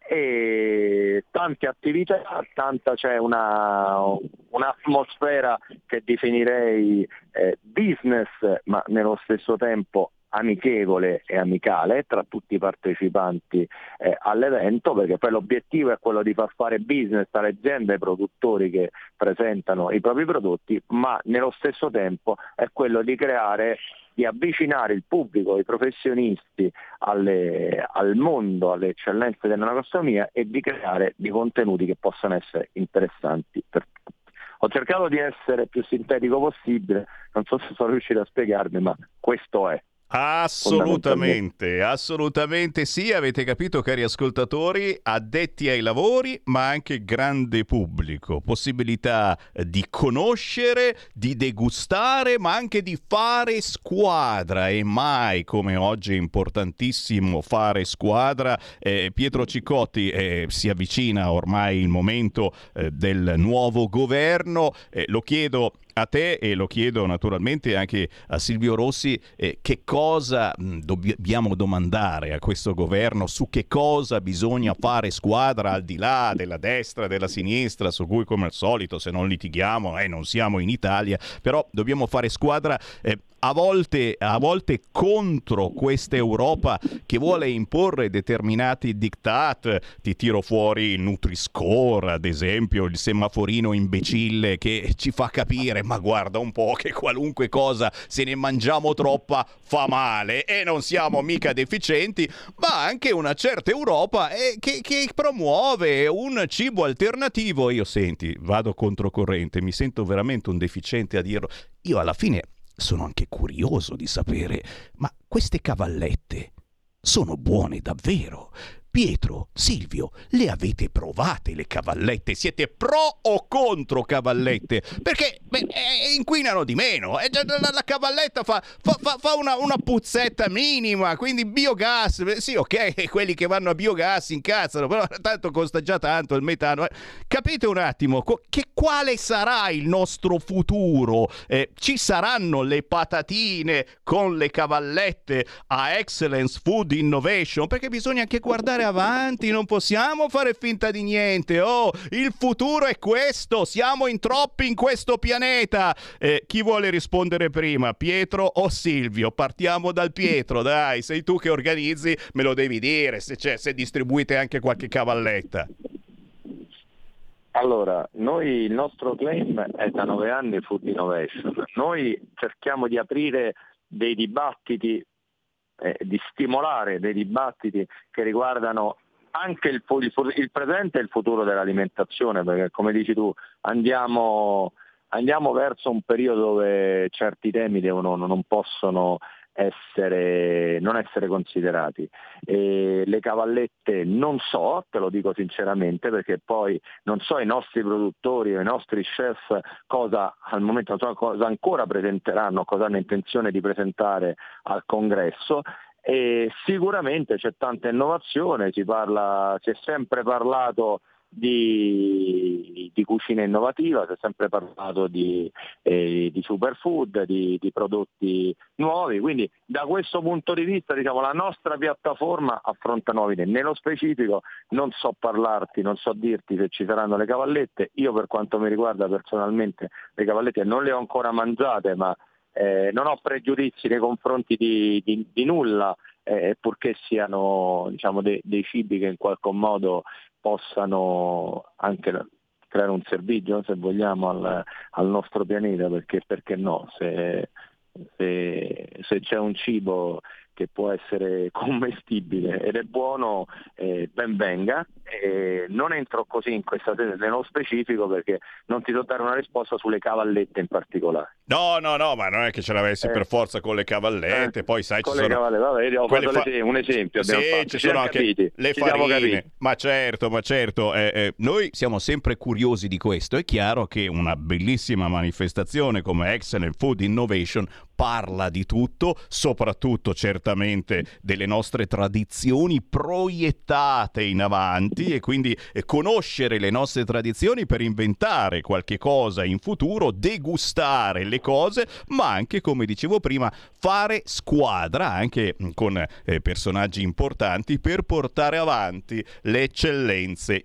e tante attività, tanta c'è una, un'atmosfera che definirei eh, business, ma nello stesso tempo amichevole e amicale tra tutti i partecipanti eh, all'evento, perché poi l'obiettivo è quello di far fare business alle aziende e ai produttori che presentano i propri prodotti, ma nello stesso tempo è quello di creare, di avvicinare il pubblico, i professionisti alle, al mondo, alle eccellenze dell'enogastronomia, e di creare dei contenuti che possano essere interessanti per tutti. Ho cercato di essere più sintetico possibile, non so se sono riuscito a spiegarmi, ma questo è. Assolutamente, assolutamente sì, avete capito, cari ascoltatori, addetti ai lavori ma anche grande pubblico, possibilità di conoscere, di degustare, ma anche di fare squadra, e mai come oggi è importantissimo fare squadra. eh, Pietro Cicotti, eh, si avvicina ormai il momento eh, del nuovo governo, eh, lo chiedo a te e lo chiedo naturalmente anche a Silvio Rossi, eh, che cosa mh, dobbiamo domandare a questo governo, su che cosa bisogna fare squadra, al di là della destra e della sinistra, su cui come al solito, se non litighiamo, eh, non siamo in Italia, però dobbiamo fare squadra eh, a volte, a volte contro questa Europa che vuole imporre determinati diktat. Ti tiro fuori il Nutri-Score, ad esempio, il semaforino imbecille che ci fa capire, ma guarda un po' che qualunque cosa, se ne mangiamo troppa, fa male, e non siamo mica deficienti, ma anche una certa Europa eh, che, che promuove un cibo alternativo. Io, senti, vado controcorrente, mi sento veramente un deficiente a dirlo. Io alla fine sono anche curioso di sapere, ma queste cavallette sono buone davvero? Pietro, Silvio, le avete provate le cavallette? Siete pro o contro cavallette? Perché beh, eh, inquinano di meno. Eh, la, la cavalletta fa, fa, fa, fa una, una puzzetta minima, quindi biogas. Sì, ok, quelli che vanno a biogas incazzano, però tanto costa già tanto il metano. Capite un attimo che quale sarà il nostro futuro? Eh, ci saranno le patatine con le cavallette a Excellence Food Innovation? Perché bisogna anche guardare avanti, non possiamo fare finta di niente. Oh, il futuro è questo, siamo in troppi in questo pianeta. Eh, chi vuole rispondere prima, Pietro o Silvio? Partiamo dal Pietro, dai, sei tu che organizzi, me lo devi dire se, c'è, se distribuite anche qualche cavalletta. Allora, noi il nostro claim è da nove anni Food Innovation. Noi cerchiamo di aprire dei dibattiti, Eh, di stimolare dei dibattiti che riguardano anche il, il, il presente e il futuro dell'alimentazione, perché come dici tu andiamo, andiamo verso un periodo dove certi temi devono, non possono essere, non essere considerati. E le cavallette non so, te lo dico sinceramente, perché poi non so i nostri produttori o i nostri chef cosa al momento non so cosa ancora presenteranno, cosa hanno intenzione di presentare al congresso. E sicuramente c'è tanta innovazione, si parla, si è sempre parlato di, di cucina innovativa, si è sempre parlato di, eh, di superfood, di, di prodotti nuovi, quindi da questo punto di vista diciamo la nostra piattaforma affronta nuovi temi. Nello specifico non so parlarti, non so dirti se ci saranno le cavallette. Io per quanto mi riguarda personalmente le cavallette non le ho ancora mangiate, ma eh, non ho pregiudizi nei confronti di, di, di nulla, eh, purché siano diciamo de, dei cibi che in qualche modo possano anche creare un servizio, se vogliamo, al, al nostro pianeta, perché perché no, se, se, se c'è un cibo che può essere commestibile ed è buono, eh, ben venga. Eh, non entro così in questa sede nello specifico perché non ti so dare una risposta sulle cavallette in particolare. No, no, no, ma non è che ce l'avessi Eh. per forza con le cavallette, Eh. poi sai Con ci le sono... cavallette, vabbè, ho quelle fatto fa- le- un esempio abbiamo Sì, fatto. ci Ci sono siamo anche capiti, le ci siamo farine, capiti. ma certo, ma certo, eh, eh, noi siamo sempre curiosi di questo. È chiaro che una bellissima manifestazione come Excellent Food Innovation parla di tutto, soprattutto certamente delle nostre tradizioni proiettate in avanti, e quindi eh, conoscere le nostre tradizioni per inventare qualche cosa in futuro, degustare le cose, ma anche, come dicevo prima, fare squadra anche con eh, personaggi importanti per portare avanti le eccellenze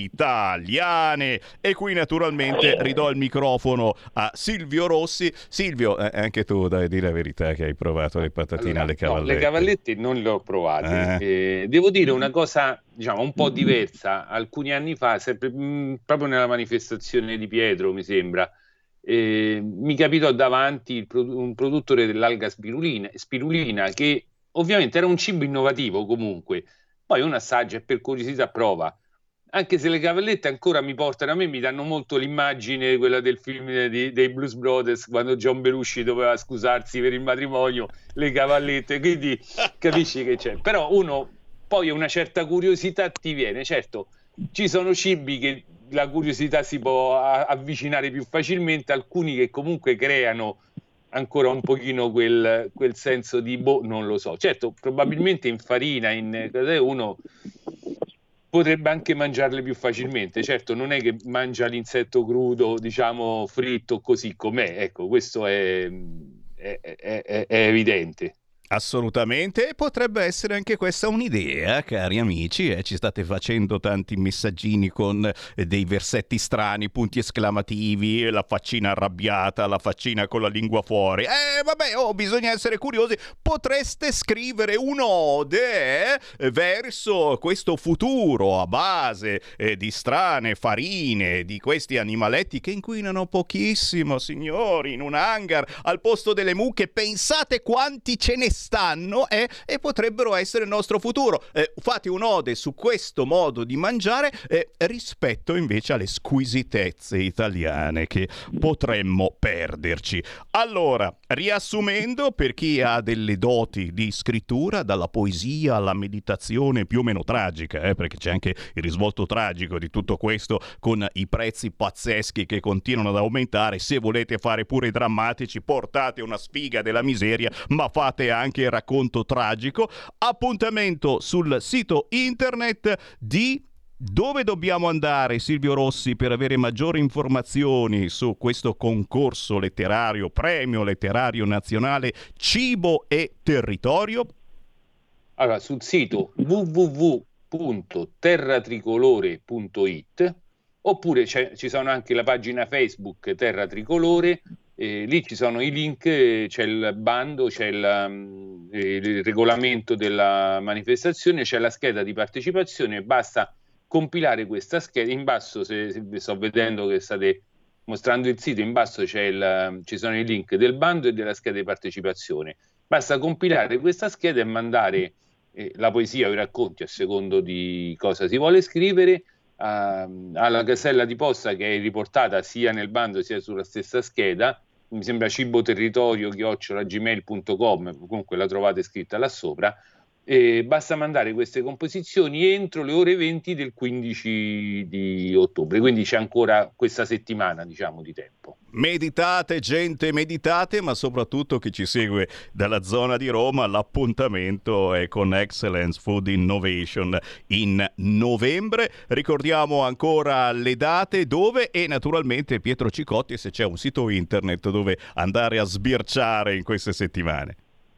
italiane. E qui naturalmente ridò il microfono a Silvio Rossi. Silvio, eh, anche tu dai, di la verità che hai provato le patatine Allora, alle no, cavallette. le cavallette non le ho provate. Eh. Eh, devo dire una cosa, diciamo, un po' diversa. Alcuni anni fa, sempre, mh, proprio nella manifestazione di Pietro, mi sembra, eh, mi capitò davanti il produ- un produttore dell'alga spirulina, spirulina, che ovviamente era un cibo innovativo comunque. Poi uno assaggia e per curiosità prova. Anche se le cavallette ancora mi portano, a me mi danno molto l'immagine, quella del film di, dei Blues Brothers, quando John Belushi doveva scusarsi per il matrimonio, le cavallette, quindi capisci che c'è. Però uno, poi una certa curiosità ti viene, certo, ci sono cibi che la curiosità si può a- avvicinare più facilmente, alcuni che comunque creano ancora un pochino quel, quel senso di, boh, non lo so. Certo, probabilmente in farina, in uno potrebbe anche mangiarle più facilmente. Certo, non è che mangia l'insetto crudo, diciamo, fritto così com'è. Ecco, questo è, è, è, è, è evidente. Assolutamente, e potrebbe essere anche questa un'idea, cari amici, eh? Ci state facendo tanti messaggini con eh, dei versetti strani, punti esclamativi, la faccina arrabbiata, la faccina con la lingua fuori. Eh vabbè, oh, bisogna essere curiosi. Potreste scrivere un'ode eh, verso questo futuro a base eh, di strane farine, di questi animaletti che inquinano pochissimo, signori, in un hangar al posto delle mucche. Pensate quanti ce ne stanno eh, e potrebbero essere il nostro futuro. Eh, fate un'ode su questo modo di mangiare eh, rispetto invece alle squisitezze italiane che potremmo perderci. Allora, riassumendo, per chi ha delle doti di scrittura, dalla poesia alla meditazione più o meno tragica, eh, perché c'è anche il risvolto tragico di tutto questo con i prezzi pazzeschi che continuano ad aumentare. Se volete fare pure i drammatici, portate una sfiga della miseria, ma fate anche il racconto tragico. Appuntamento sul sito internet di Dove dobbiamo andare, Silvio Rossi, per avere maggiori informazioni su questo concorso letterario, premio letterario nazionale Cibo e Territorio? Allora, sul sito w w w punto terratricolore punto i t, oppure c'è, ci sono anche la pagina Facebook Terra Tricolore. Eh, lì ci sono i link, c'è il bando, c'è il, um, il regolamento della manifestazione, c'è la scheda di partecipazione. Basta compilare questa scheda. In basso, se, se sto vedendo che state mostrando il sito, in basso c'è il, ci sono i link del bando e della scheda di partecipazione. Basta compilare questa scheda e mandare eh, la poesia o i racconti, a secondo di cosa si vuole scrivere, Uh, alla casella di posta che è riportata sia nel bando sia sulla stessa scheda. Mi sembra ciboterritorio chiocciola gmail punto com, comunque la trovate scritta là sopra. E basta mandare queste composizioni entro le ore venti del quindici di ottobre, quindi c'è ancora questa settimana, diciamo, di tempo. Meditate, gente, meditate, ma soprattutto chi ci segue dalla zona di Roma, l'appuntamento è con Excellence Food Innovation in novembre. Ricordiamo ancora le date, dove, e naturalmente Pietro Cicotti, se c'è un sito internet dove andare a sbirciare in queste settimane.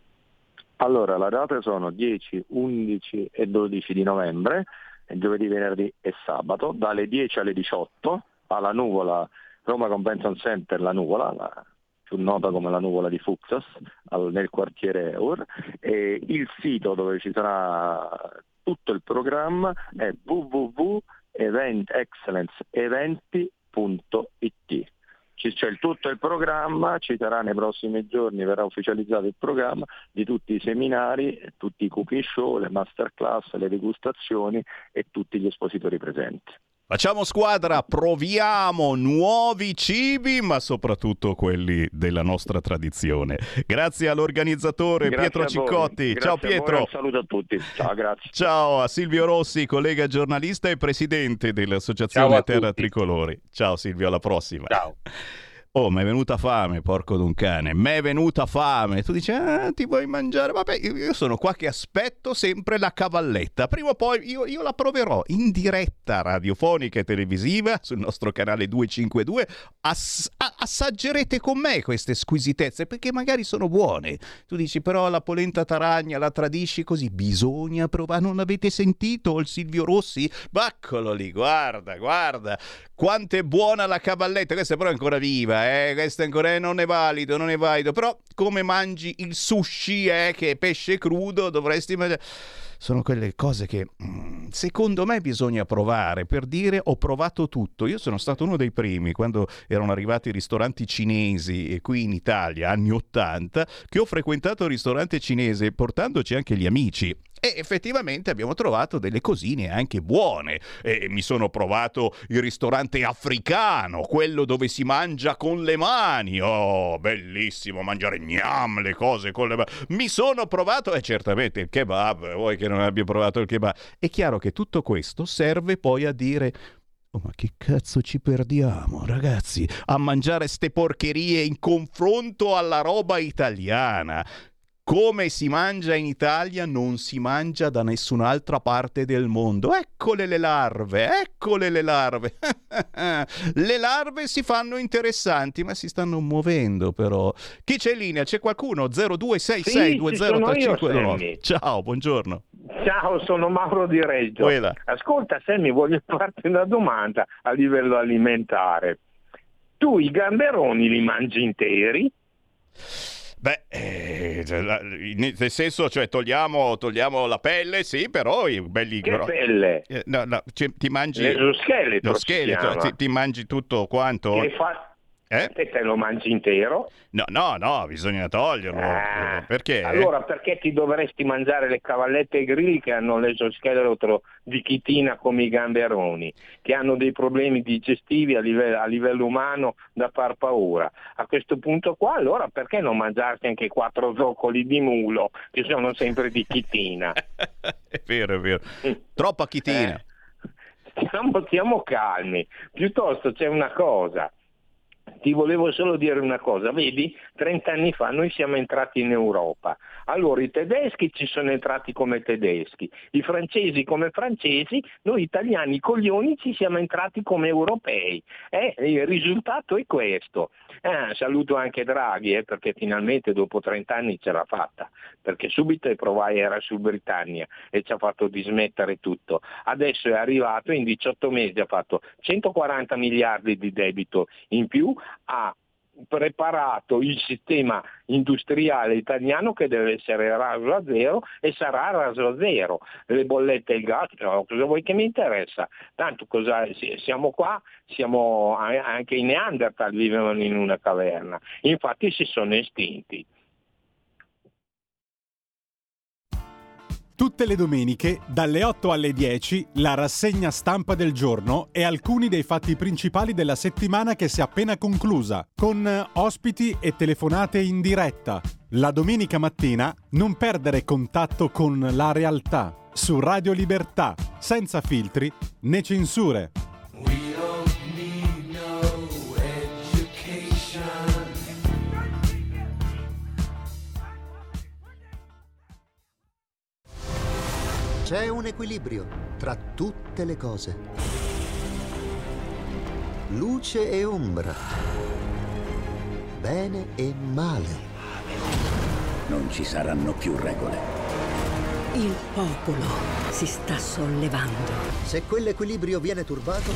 Allora, le date sono dieci, undici e dodici di novembre, giovedì, venerdì e sabato, dalle dieci alle diciotto, alla Nuvola, Roma Convention Center, la Nuvola, la più nota come la Nuvola di Fuxas, al, nel quartiere Eur, e il sito dove ci sarà tutto il programma è w w w punto event excellence eventi punto i t. C'è il tutto il programma, ci sarà nei prossimi giorni, verrà ufficializzato il programma di tutti i seminari, tutti i cooking show, le masterclass, le degustazioni e tutti gli espositori presenti. Facciamo squadra, proviamo nuovi cibi, ma soprattutto quelli della nostra tradizione. Grazie all'organizzatore Grazie Pietro Cicotti. Grazie Ciao Pietro. Un saluto a tutti. Ciao, grazie. Ciao a Silvio Rossi, collega giornalista e presidente dell'Associazione Terra tutti. Tricolori. Ciao Silvio, alla prossima. Ciao. Oh, mi è venuta fame, porco d'un cane, mi è venuta fame. Tu dici, ah, ti vuoi mangiare? Vabbè, io sono qua che aspetto sempre la cavalletta. Prima o poi io, io la proverò in diretta radiofonica e televisiva sul nostro canale duecentocinquantadue. Ass- assaggerete con me queste squisitezze, perché magari sono buone. Tu dici, però la polenta taragna la tradisci così. Bisogna provare. Non avete sentito il Silvio Rossi? Baccolo lì, guarda, guarda. Quanto è buona la cavalletta. Questa però è ancora viva. Eh, questo ancora eh, non è valido, non è valido. Però come mangi il sushi, eh, che è pesce crudo, dovresti mangiare. Sono quelle cose che mm, secondo me bisogna provare. Per dire, ho provato tutto. Io sono stato uno dei primi, quando erano arrivati i ristoranti cinesi qui in Italia, anni ottanta, che ho frequentato il ristorante cinese portandoci anche gli amici. E effettivamente abbiamo trovato delle cosine anche buone. E mi sono provato il ristorante africano, quello dove si mangia con le mani. Oh, bellissimo, mangiare gnam, le cose con le mani. Mi sono provato, e certamente il kebab, vuoi che non abbia provato il kebab. È chiaro che tutto questo serve poi a dire: oh, ma che cazzo ci perdiamo, ragazzi, a mangiare ste porcherie in confronto alla roba italiana. Come si mangia in Italia non si mangia da nessun'altra parte del mondo. Eccole le larve, eccole le larve. Le larve si fanno interessanti, ma si stanno muovendo però. Chi c'è in linea? C'è qualcuno? zero due sei sei due zero tre cinque nove. Ciao, buongiorno. Ciao, sono Mauro di Reggio. Quella. Ascolta Sammy, voglio farti una domanda a livello alimentare. Tu i gamberoni li mangi interi? Beh, eh, nel senso, cioè togliamo, togliamo la pelle, sì, però i belli che gro- pelle? Eh, no, no, cioè, ti mangi lo scheletro, lo scheletro ti, ti mangi tutto quanto? Che fa... Eh? E te lo mangi intero? No, no, no, bisogna toglierlo. Ah, perché? Allora, perché ti dovresti mangiare le cavallette grill che hanno l'esoscheletro di chitina come i gamberoni, che hanno dei problemi digestivi a livello, a livello umano da far paura. A questo punto qua, allora, perché non mangiarti anche quattro zoccoli di mulo, che sono sempre di chitina? È vero, è vero. Troppa chitina. Eh, stiamo, stiamo calmi. Piuttosto c'è una cosa. Ti volevo solo dire una cosa, vedi, trent'anni fa noi siamo entrati in Europa, allora i tedeschi ci sono entrati come tedeschi, i francesi come francesi, noi italiani coglioni ci siamo entrati come europei, eh, il risultato è questo. Eh, saluto anche Draghi, eh, perché finalmente dopo trent'anni ce l'ha fatta, perché subito i provai era su Britannia e ci ha fatto dismettere tutto, adesso è arrivato in diciotto mesi ha fatto centoquaranta miliardi di debito in più, ha preparato il sistema industriale italiano che deve essere raso a zero e sarà raso a zero. Le bollette e il gas, no, cosa vuoi che mi interessa? Tanto cosa, siamo qua, siamo anche i Neanderthal vivevano in una caverna, infatti si sono estinti. Tutte le domeniche, dalle otto alle dieci, la rassegna stampa del giorno e alcuni dei fatti principali della settimana che si è appena conclusa, con ospiti e telefonate in diretta. La domenica mattina non perdere contatto con la realtà, su Radio Libertà, senza filtri né censure. C'è un equilibrio tra tutte le cose. Luce e ombra. Bene e male. Non ci saranno più regole. Il popolo si sta sollevando. Se quell'equilibrio viene turbato,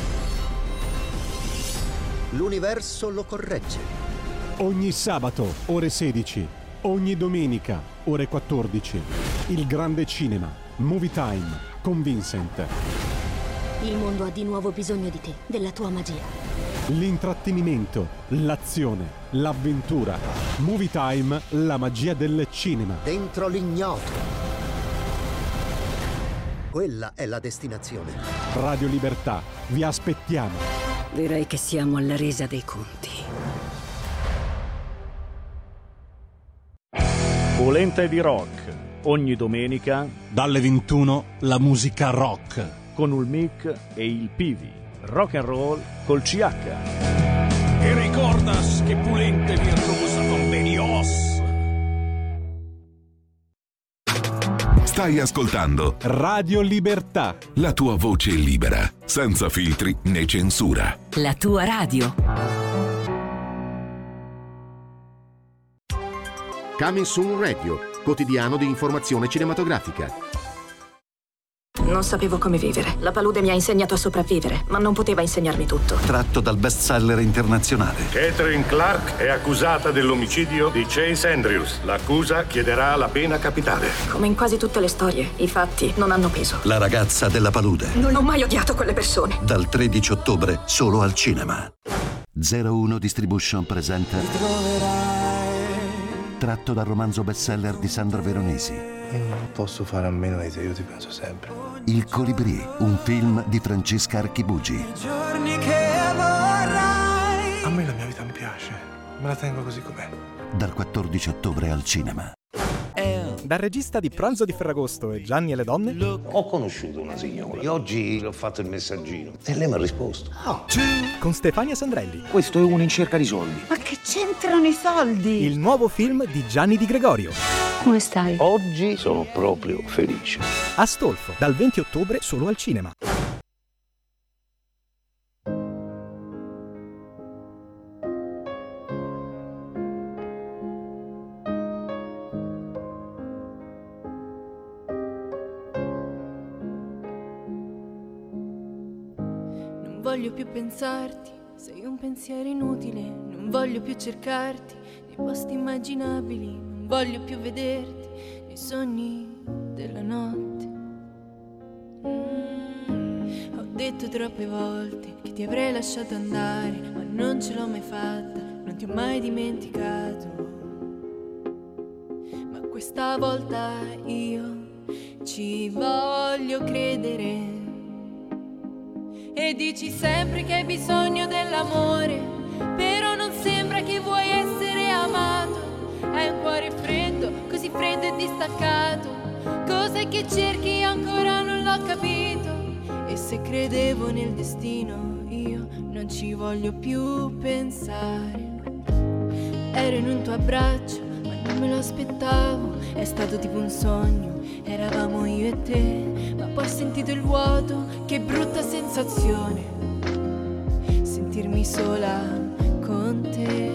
l'universo lo corregge. Ogni sabato, ore sedici. Ogni domenica, ore quattordici. Il grande cinema. Movie Time con Vincent. Il mondo ha di nuovo bisogno di te, della tua magia. L'intrattenimento, l'azione, l'avventura. Movie Time, la magia del cinema. Dentro l'ignoto. Quella è la destinazione. Radio Libertà, vi aspettiamo. Direi che siamo alla resa dei conti. Polenta di rock. Ogni domenica dalle ventuno la musica rock con il Mic e il Pivi. Rock and roll col C H. E ricordas che Pulente virtuosa con Benios. Stai ascoltando Radio Libertà, la tua voce libera, senza filtri né censura. La tua radio. Coming Soon Radio, quotidiano di informazione cinematografica. Non sapevo come vivere. La palude mi ha insegnato a sopravvivere, ma non poteva insegnarmi tutto. Tratto dal bestseller internazionale. Catherine Clark è accusata dell'omicidio di Chase Andrews. L'accusa chiederà la pena capitale. Come in quasi tutte le storie, i fatti non hanno peso. La ragazza della palude. Non ho mai odiato quelle persone. Dal tredici ottobre, solo al cinema. zero uno Distribution presenta tratto dal romanzo bestseller di Sandra Veronesi. Io non posso fare a meno di te, io ti penso sempre. Il Colibrì, un film di Francesca Archibugi. Giorni che vorrai. A me la mia vita mi piace, me la tengo così com'è. Dal quattordici ottobre al cinema. Dal regista di Pranzo di Ferragosto e Gianni e le donne. Ho conosciuto una signora e oggi le ho fatto il messaggino e lei mi ha risposto. Oh. Con Stefania Sandrelli. Questo è uno in cerca di soldi. Ma che c'entrano i soldi? Il nuovo film di Gianni Di Gregorio. Come stai? Oggi sono proprio felice. Astolfo, dal venti ottobre solo al cinema. Non voglio più pensarti, sei un pensiero inutile. Non voglio più cercarti nei posti immaginabili. Non voglio più vederti nei sogni della notte. Mm. Ho detto troppe volte che ti avrei lasciato andare, ma non ce l'ho mai fatta, non ti ho mai dimenticato. Ma questa volta io ci voglio credere. E dici sempre che hai bisogno dell'amore, però non sembra che vuoi essere amato. Hai un cuore freddo, così freddo e distaccato. Cos'è che cerchi ancora non l'ho capito. E se credevo nel destino io non ci voglio più pensare. Ero in un tuo abbraccio ma non me lo aspettavo. È stato tipo un sogno, eravamo io e te. Ma poi ho sentito il vuoto, che brutta sensazione sentirmi sola con te.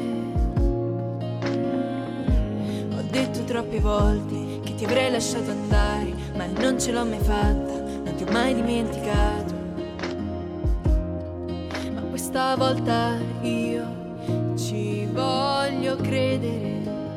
Ho detto troppe volte che ti avrei lasciato andare, ma non ce l'ho mai fatta, non ti ho mai dimenticato. Ma questa volta io ci voglio credere.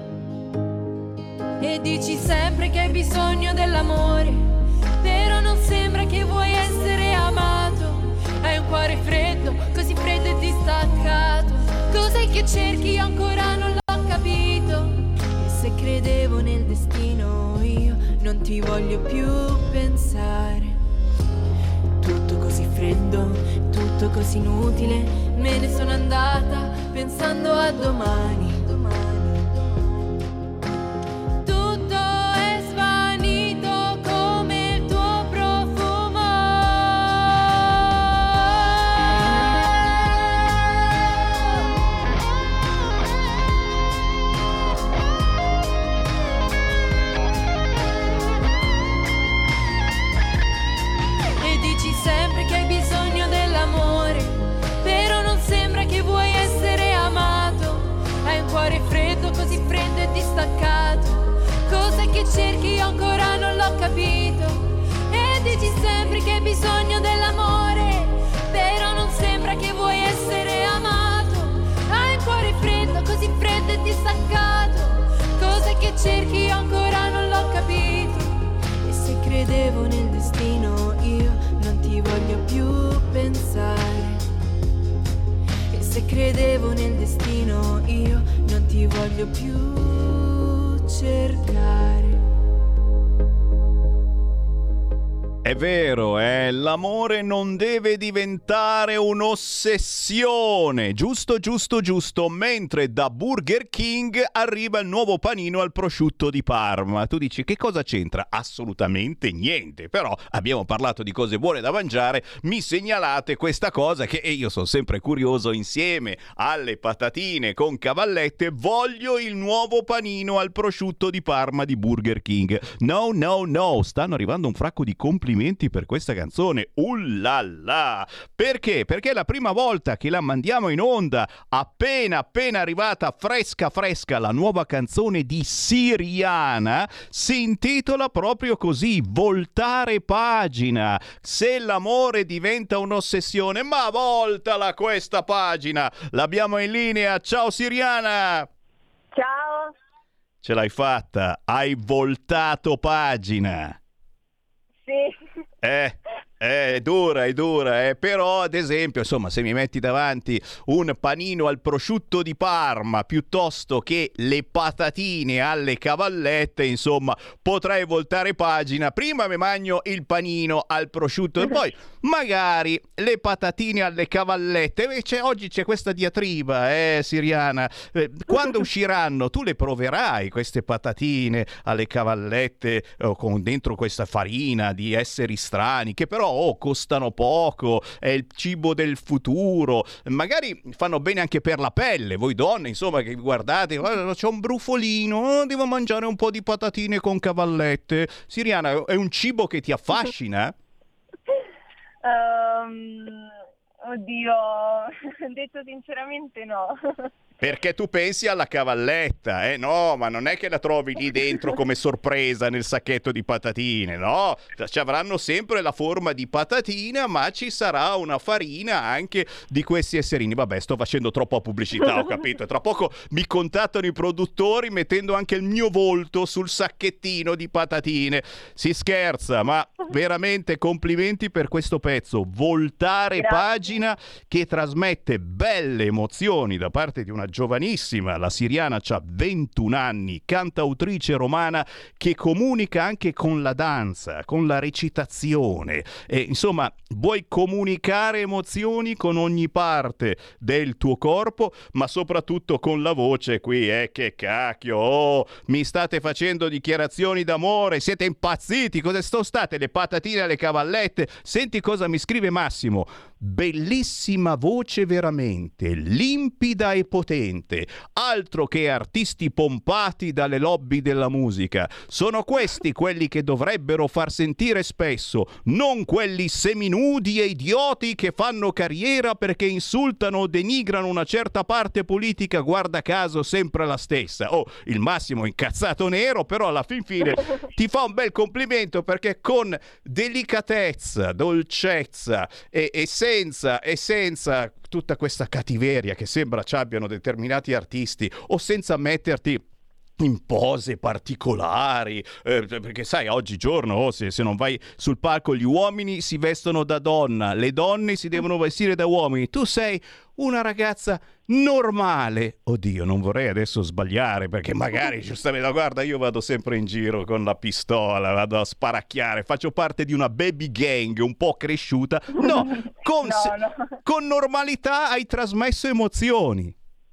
E dici sempre che hai bisogno dell'amore, però non sembra che vuoi essere amato. Hai un cuore freddo, così freddo e distaccato. Cos'è che cerchi ancora non l'ho capito. E se credevo nel destino io non ti ti voglio più pensare. Tutto così freddo, tutto così inutile, me ne sono andata pensando a domani. Tutto è svanito come il tuo profumo. E dici sempre che hai bisogno dell'amore, però non sembra che vuoi essere amato. Hai un cuore freddo, così freddo e distaccato. Cos'è che cerchi? Io ancora non l'ho capito. E dici sempre che hai bisogno dell'amore, però non sembra che vuoi essere amato. Hai un cuore freddo, così freddo e distaccato. Cos'è che cerchi? Io ancora non l'ho capito. E se credevo nel destino, io non ti voglio più pensare. E se credevo nel destino, io non ti voglio più cercare. È vero, eh? L'amore non deve diventare un'ossessione. Giusto, giusto, giusto. Mentre da Burger King arriva il nuovo panino al prosciutto di Parma. Tu dici, che cosa c'entra? Assolutamente niente. Però abbiamo parlato di cose buone da mangiare. Mi segnalate questa cosa che io sono sempre curioso. Insieme alle patatine con cavallette voglio il nuovo panino al prosciutto di Parma di Burger King. No, no, no. Stanno arrivando un fracco di complimenti per questa canzone. Ullala! Perché? Perché è la prima volta che la mandiamo in onda, appena appena arrivata fresca fresca la nuova canzone di Siriana, si intitola proprio così, Voltare pagina. Se l'amore diventa un'ossessione, ma voltala questa pagina. L'abbiamo in linea. Ciao Siriana! Ciao! Ce l'hai fatta, hai voltato pagina. Sì. Eh, eh, è dura, è dura, eh. Però ad esempio, insomma, se mi metti davanti un panino al prosciutto di Parma piuttosto che le patatine alle cavallette, insomma, potrei voltare pagina. Prima mi mangio il panino al prosciutto e poi magari le patatine alle cavallette. Invece oggi c'è questa diatriba, eh, Siriana. Eh, quando usciranno tu le proverai queste patatine alle cavallette eh, con dentro questa farina di esseri strani che però oh, costano poco, è il cibo del futuro, magari fanno bene anche per la pelle. Voi donne, insomma, che guardate, oh, c'è un brufolino, oh, devo mangiare un po' di patatine con cavallette. Siriana, è un cibo che ti affascina? Um, oddio, detto sinceramente no. Perché tu pensi alla cavalletta, eh? No, ma non è che la trovi lì dentro come sorpresa nel sacchetto di patatine, no? Ci avranno sempre la forma di patatina, ma ci sarà una farina anche di questi esserini. Vabbè, sto facendo troppa pubblicità, ho capito. Tra poco mi contattano i produttori mettendo anche il mio volto sul sacchettino di patatine. Si scherza, ma veramente complimenti per questo pezzo. Voltare Grazie. Pagina, che trasmette belle emozioni da parte di una giovanissima, la Siriana c'ha ventuno anni, cantautrice romana che comunica anche con la danza, con la recitazione, e insomma vuoi comunicare emozioni con ogni parte del tuo corpo, ma soprattutto con la voce qui, eh, che cacchio, oh, mi state facendo dichiarazioni d'amore, siete impazziti, cosa sono state le patatine alle cavallette? Senti cosa mi scrive Massimo: bellissima voce veramente, limpida e potente, altro che artisti pompati dalle lobby della musica. Sono questi quelli che dovrebbero far sentire spesso, non quelli seminudi e idioti che fanno carriera perché insultano o denigrano una certa parte politica, guarda caso sempre la stessa. Oh, il Massimo incazzato nero, però alla fin fine ti fa un bel complimento perché con delicatezza, dolcezza e, e senza e senza tutta questa cattiveria che sembra ci abbiano determinati artisti, o senza metterti in pose particolari, eh, perché sai, oggigiorno oh, se, se non vai sul palco, gli uomini si vestono da donna, le donne si devono vestire da uomini, tu sei una ragazza normale. Oddio, non vorrei adesso sbagliare, perché magari giustamente, guarda, io vado sempre in giro con la pistola, vado a sparacchiare, faccio parte di una baby gang un po' cresciuta. No, con, No, no. con normalità hai trasmesso emozioni.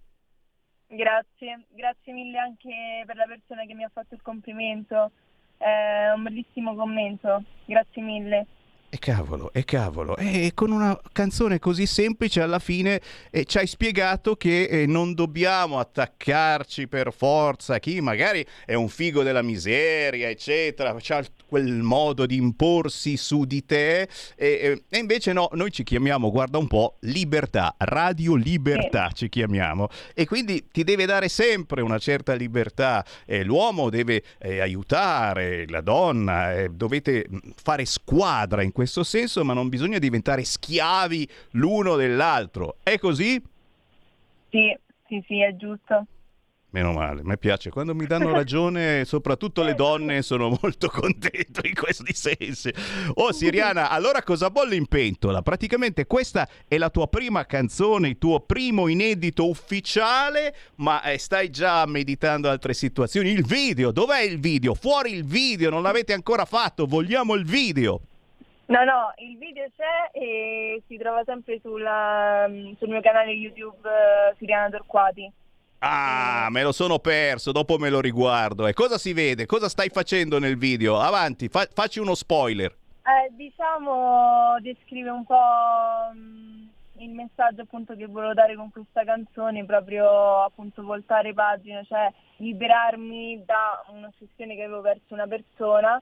Grazie, grazie mille anche per la persona che mi ha fatto il complimento. È un bellissimo commento, grazie mille. E cavolo, e cavolo, e con una canzone così semplice alla fine eh, ci hai spiegato che eh, non dobbiamo attaccarci per forza a chi magari è un figo della miseria, eccetera, c'ha quel modo di imporsi su di te, e, e, e invece no, noi ci chiamiamo, guarda un po', libertà, Radio Libertà ci chiamiamo, e quindi ti deve dare sempre una certa libertà, eh, l'uomo deve eh, aiutare la donna, eh, dovete fare squadra in questo senso, ma non bisogna diventare schiavi l'uno dell'altro. È così? Sì, sì, sì, è giusto. Meno male, mi piace. Quando mi danno ragione, soprattutto le donne, sono molto contento in questi sensi. Oh, Siriana, allora cosa bolle in pentola? Praticamente questa è la tua prima canzone, il tuo primo inedito ufficiale, ma eh, stai già meditando altre situazioni. Il video, dov'è il video? Fuori il video, non l'avete ancora fatto, vogliamo il video. No, no, il video c'è e si trova sempre sulla, sul mio canale YouTube uh, Siriana Torquati. Ah, me lo sono perso, dopo me lo riguardo. E cosa si vede? Cosa stai facendo nel video? Avanti, fa- facci uno spoiler. Eh, diciamo, descrive un po' mh, il messaggio appunto che volevo dare con questa canzone, proprio appunto voltare pagina, cioè liberarmi da un'ossessione che avevo verso una persona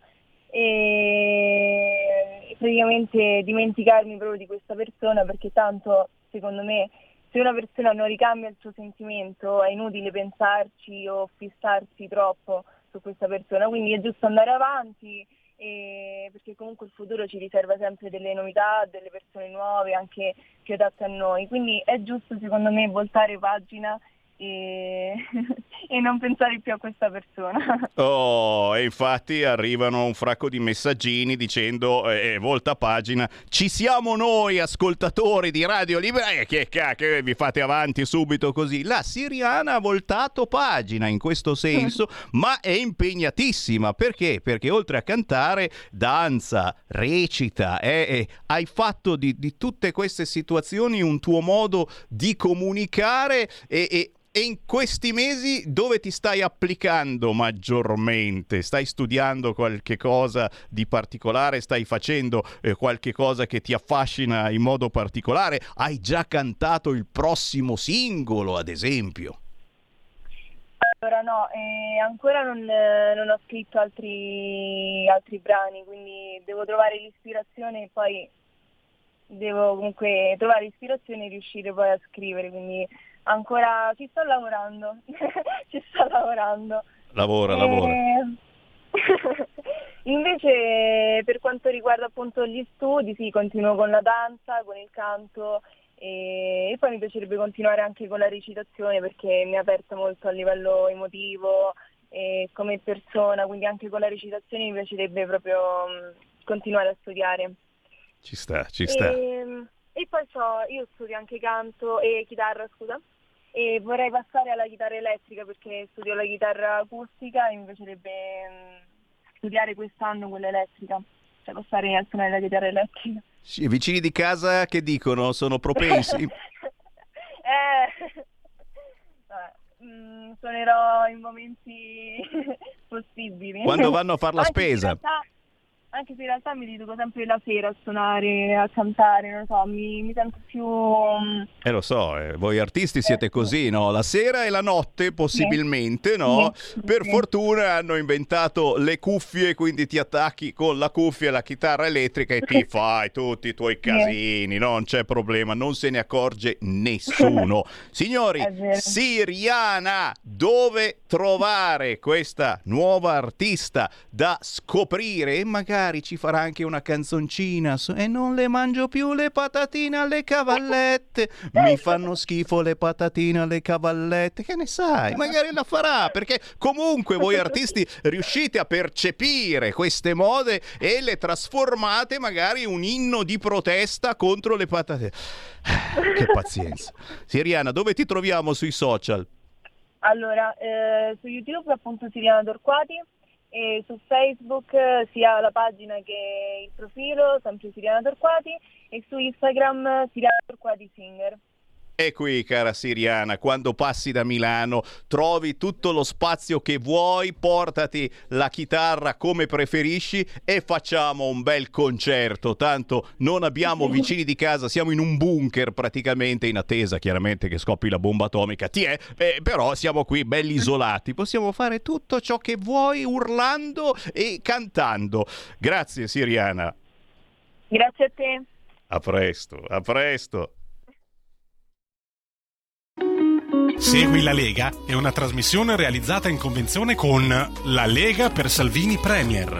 e praticamente dimenticarmi proprio di questa persona, perché tanto secondo me se una persona non ricambia il suo sentimento è inutile pensarci o fissarsi troppo su questa persona, quindi è giusto andare avanti, e perché comunque il futuro ci riserva sempre delle novità, delle persone nuove anche più adatte a noi, quindi è giusto secondo me voltare pagina e, e non pensare più a questa persona. Oh, e infatti arrivano un fracco di messaggini dicendo eh, volta pagina, ci siamo noi ascoltatori di Radio Libera, eh, che cacchio vi fate avanti subito così. La Siriana ha voltato pagina in questo senso, ma è impegnatissima, perché? Perché oltre a cantare danza, recita, eh, eh, hai fatto di, di tutte queste situazioni un tuo modo di comunicare, e, e E in questi mesi dove ti stai applicando maggiormente? Stai studiando qualche cosa di particolare? Stai facendo eh, qualche cosa che ti affascina in modo particolare? Hai già cantato il prossimo singolo, ad esempio? Allora no, eh, ancora non, eh, non ho scritto altri, altri brani, quindi devo trovare l'ispirazione e poi devo comunque trovare l'ispirazione e riuscire poi a scrivere, quindi ancora ci sto lavorando, ci sto lavorando. Lavora, e... lavora. Invece per quanto riguarda appunto gli studi, sì, continuo con la danza, con il canto e... e poi mi piacerebbe continuare anche con la recitazione, perché mi ha aperto molto a livello emotivo e come persona, quindi anche con la recitazione mi piacerebbe proprio mh, continuare a studiare. Ci sta, ci sta. E... E poi so, io studio anche canto e chitarra, scusa, e vorrei passare alla chitarra elettrica perché studio la chitarra acustica e mi piacerebbe mh, studiare quest'anno quella elettrica, cioè passare a suonare la chitarra elettrica. Sì, i vicini di casa che dicono? Sono propensi? eh, vabbè, mh, suonerò in momenti possibili. Quando vanno a fare la anche spesa? In realtà, anche se in realtà mi riduco sempre la sera a suonare, a cantare, non lo so, mi, mi sento più... Um... Eh lo so, eh, voi artisti siete così, no? La sera e la notte possibilmente, sì. no? Sì. Per sì. fortuna hanno inventato le cuffie, quindi ti attacchi con la cuffia e la chitarra elettrica e ti fai tutti i tuoi casini, no? Non c'è problema, non se ne accorge nessuno. Signori, Siriana, dove trovare questa nuova artista da scoprire e magari ci farà anche una canzoncina su, e non le mangio più le patatine alle cavallette, mi fanno schifo le patatine alle cavallette, che ne sai, magari la farà, perché comunque voi artisti riuscite a percepire queste mode e le trasformate magari in un inno di protesta contro le patatine. Che pazienza. Siriana, dove ti troviamo sui social? Allora, eh, su YouTube appunto Siriana Torquati e su Facebook eh, sia la pagina che il profilo, sempre Siriana Torquati, e su Instagram Siriana Torquati Singer. E qui, cara Siriana, quando passi da Milano trovi tutto lo spazio che vuoi, portati la chitarra come preferisci e facciamo un bel concerto. Tanto non abbiamo vicini di casa, siamo in un bunker praticamente, in attesa chiaramente che scoppi la bomba atomica. Ti è, eh, però siamo qui belli isolati, possiamo fare tutto ciò che vuoi urlando e cantando. Grazie Siriana. Grazie a te. A presto, a presto. Segui la Lega è una trasmissione realizzata in convenzione con La Lega per Salvini Premier.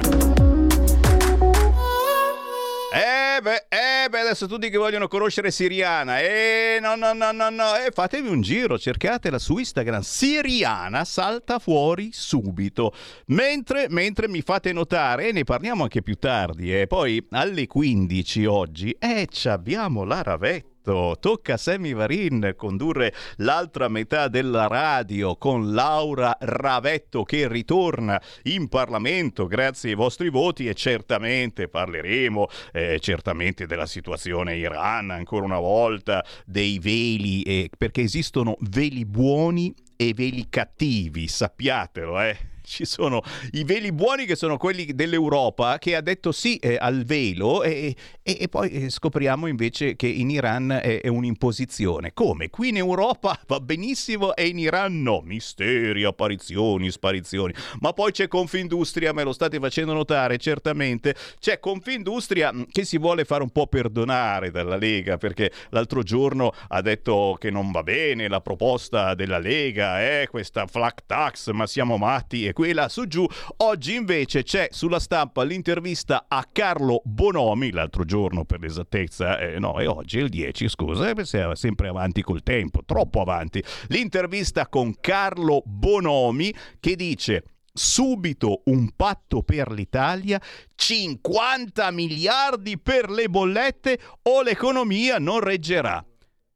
Eh beh, eh beh, adesso tutti che vogliono conoscere Siriana, eh no no no no no, eh, fatevi un giro, cercatela su Instagram, Siriana salta fuori subito, mentre, mentre mi fate notare, e ne parliamo anche più tardi, e eh, poi alle quindici oggi, eh, ci abbiamo la Ravetto. Tocca a Sammy Varin condurre l'altra metà della radio con Laura Ravetto che ritorna in Parlamento grazie ai vostri voti e certamente parleremo eh, certamente della situazione Iran ancora una volta, dei veli, eh, perché esistono veli buoni e veli cattivi, sappiatelo, eh. Ci sono i veli buoni che sono quelli dell'Europa che ha detto sì eh, al velo e, e, e poi scopriamo invece che in Iran è, è un'imposizione. Come? Qui in Europa va benissimo e in Iran no. Misteri, apparizioni, sparizioni. Ma poi c'è Confindustria, me lo state facendo notare certamente, c'è Confindustria che si vuole fare un po' perdonare dalla Lega perché l'altro giorno ha detto che non va bene la proposta della Lega, eh, questa flat tax, ma siamo matti e quella su giù. Oggi invece c'è sulla Stampa l'intervista a Carlo Bonomi, l'altro giorno per l'esattezza, eh, no è oggi, è il dieci, scusa, eh, sei sempre avanti col tempo, troppo avanti. L'intervista con Carlo Bonomi che dice: subito un patto per l'Italia, cinquanta miliardi per le bollette o l'economia non reggerà.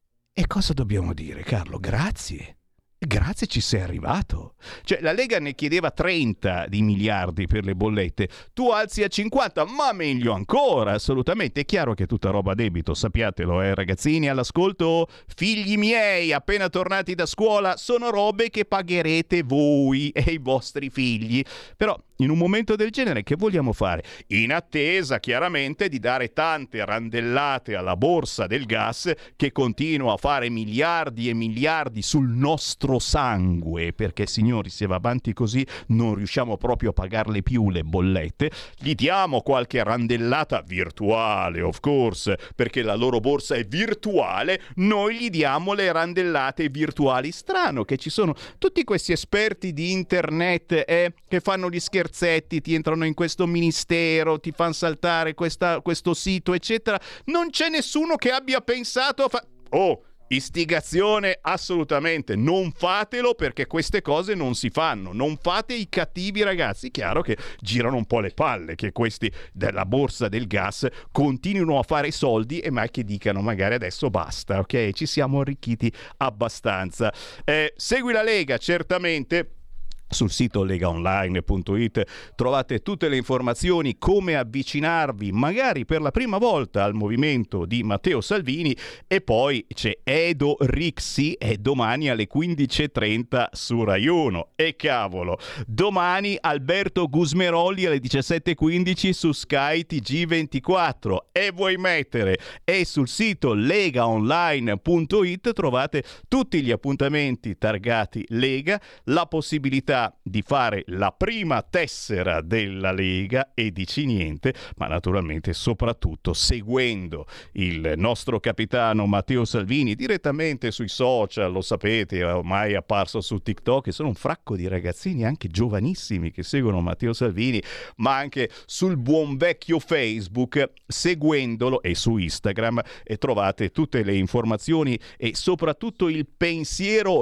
E cosa dobbiamo dire, Carlo? Grazie. Grazie, ci sei arrivato. Cioè la Lega ne chiedeva trenta di miliardi per le bollette, tu alzi a cinquanta, ma meglio ancora, assolutamente. È chiaro che è tutta roba a debito, sappiatelo, eh ragazzini all'ascolto, figli miei appena tornati da scuola, sono robe che pagherete voi e i vostri figli. Però in un momento del genere che vogliamo fare? In attesa chiaramente di dare tante randellate alla borsa del gas che continua a fare miliardi e miliardi sul nostro sangue, perché signori se va avanti così non riusciamo proprio a pagarle più le bollette. Gli diamo qualche randellata virtuale, of course, perché la loro borsa è virtuale, noi gli diamo le randellate virtuali. Strano che ci sono tutti questi esperti di internet eh, che fanno gli scherzi, ti entrano in questo ministero, ti fanno saltare questa, questo sito eccetera, non c'è nessuno che abbia pensato a fa- oh, istigazione assolutamente, non fatelo perché queste cose non si fanno, non fate i cattivi ragazzi. Chiaro che girano un po' le palle che questi della borsa del gas continuino a fare soldi e mai che dicano magari adesso basta, ok, ci siamo arricchiti abbastanza. Eh, segui la Lega certamente. Sul sito legaonline punto it trovate tutte le informazioni, come avvicinarvi magari per la prima volta al movimento di Matteo Salvini. E poi c'è Edo Rixi e domani alle quindici e trenta su Rai uno. E cavolo, domani Alberto Gusmeroli alle diciassette e quindici su Sky T G ventiquattro. E vuoi mettere? E sul sito legaonline punto it trovate tutti gli appuntamenti targati Lega, la possibilità possibilità di fare la prima tessera della Lega e dici niente, ma naturalmente soprattutto seguendo il nostro capitano Matteo Salvini direttamente sui social, lo sapete, è ormai apparso su TikTok, e sono un fracco di ragazzini anche giovanissimi che seguono Matteo Salvini, ma anche sul buon vecchio Facebook, seguendolo, e su Instagram, e trovate tutte le informazioni e soprattutto il pensiero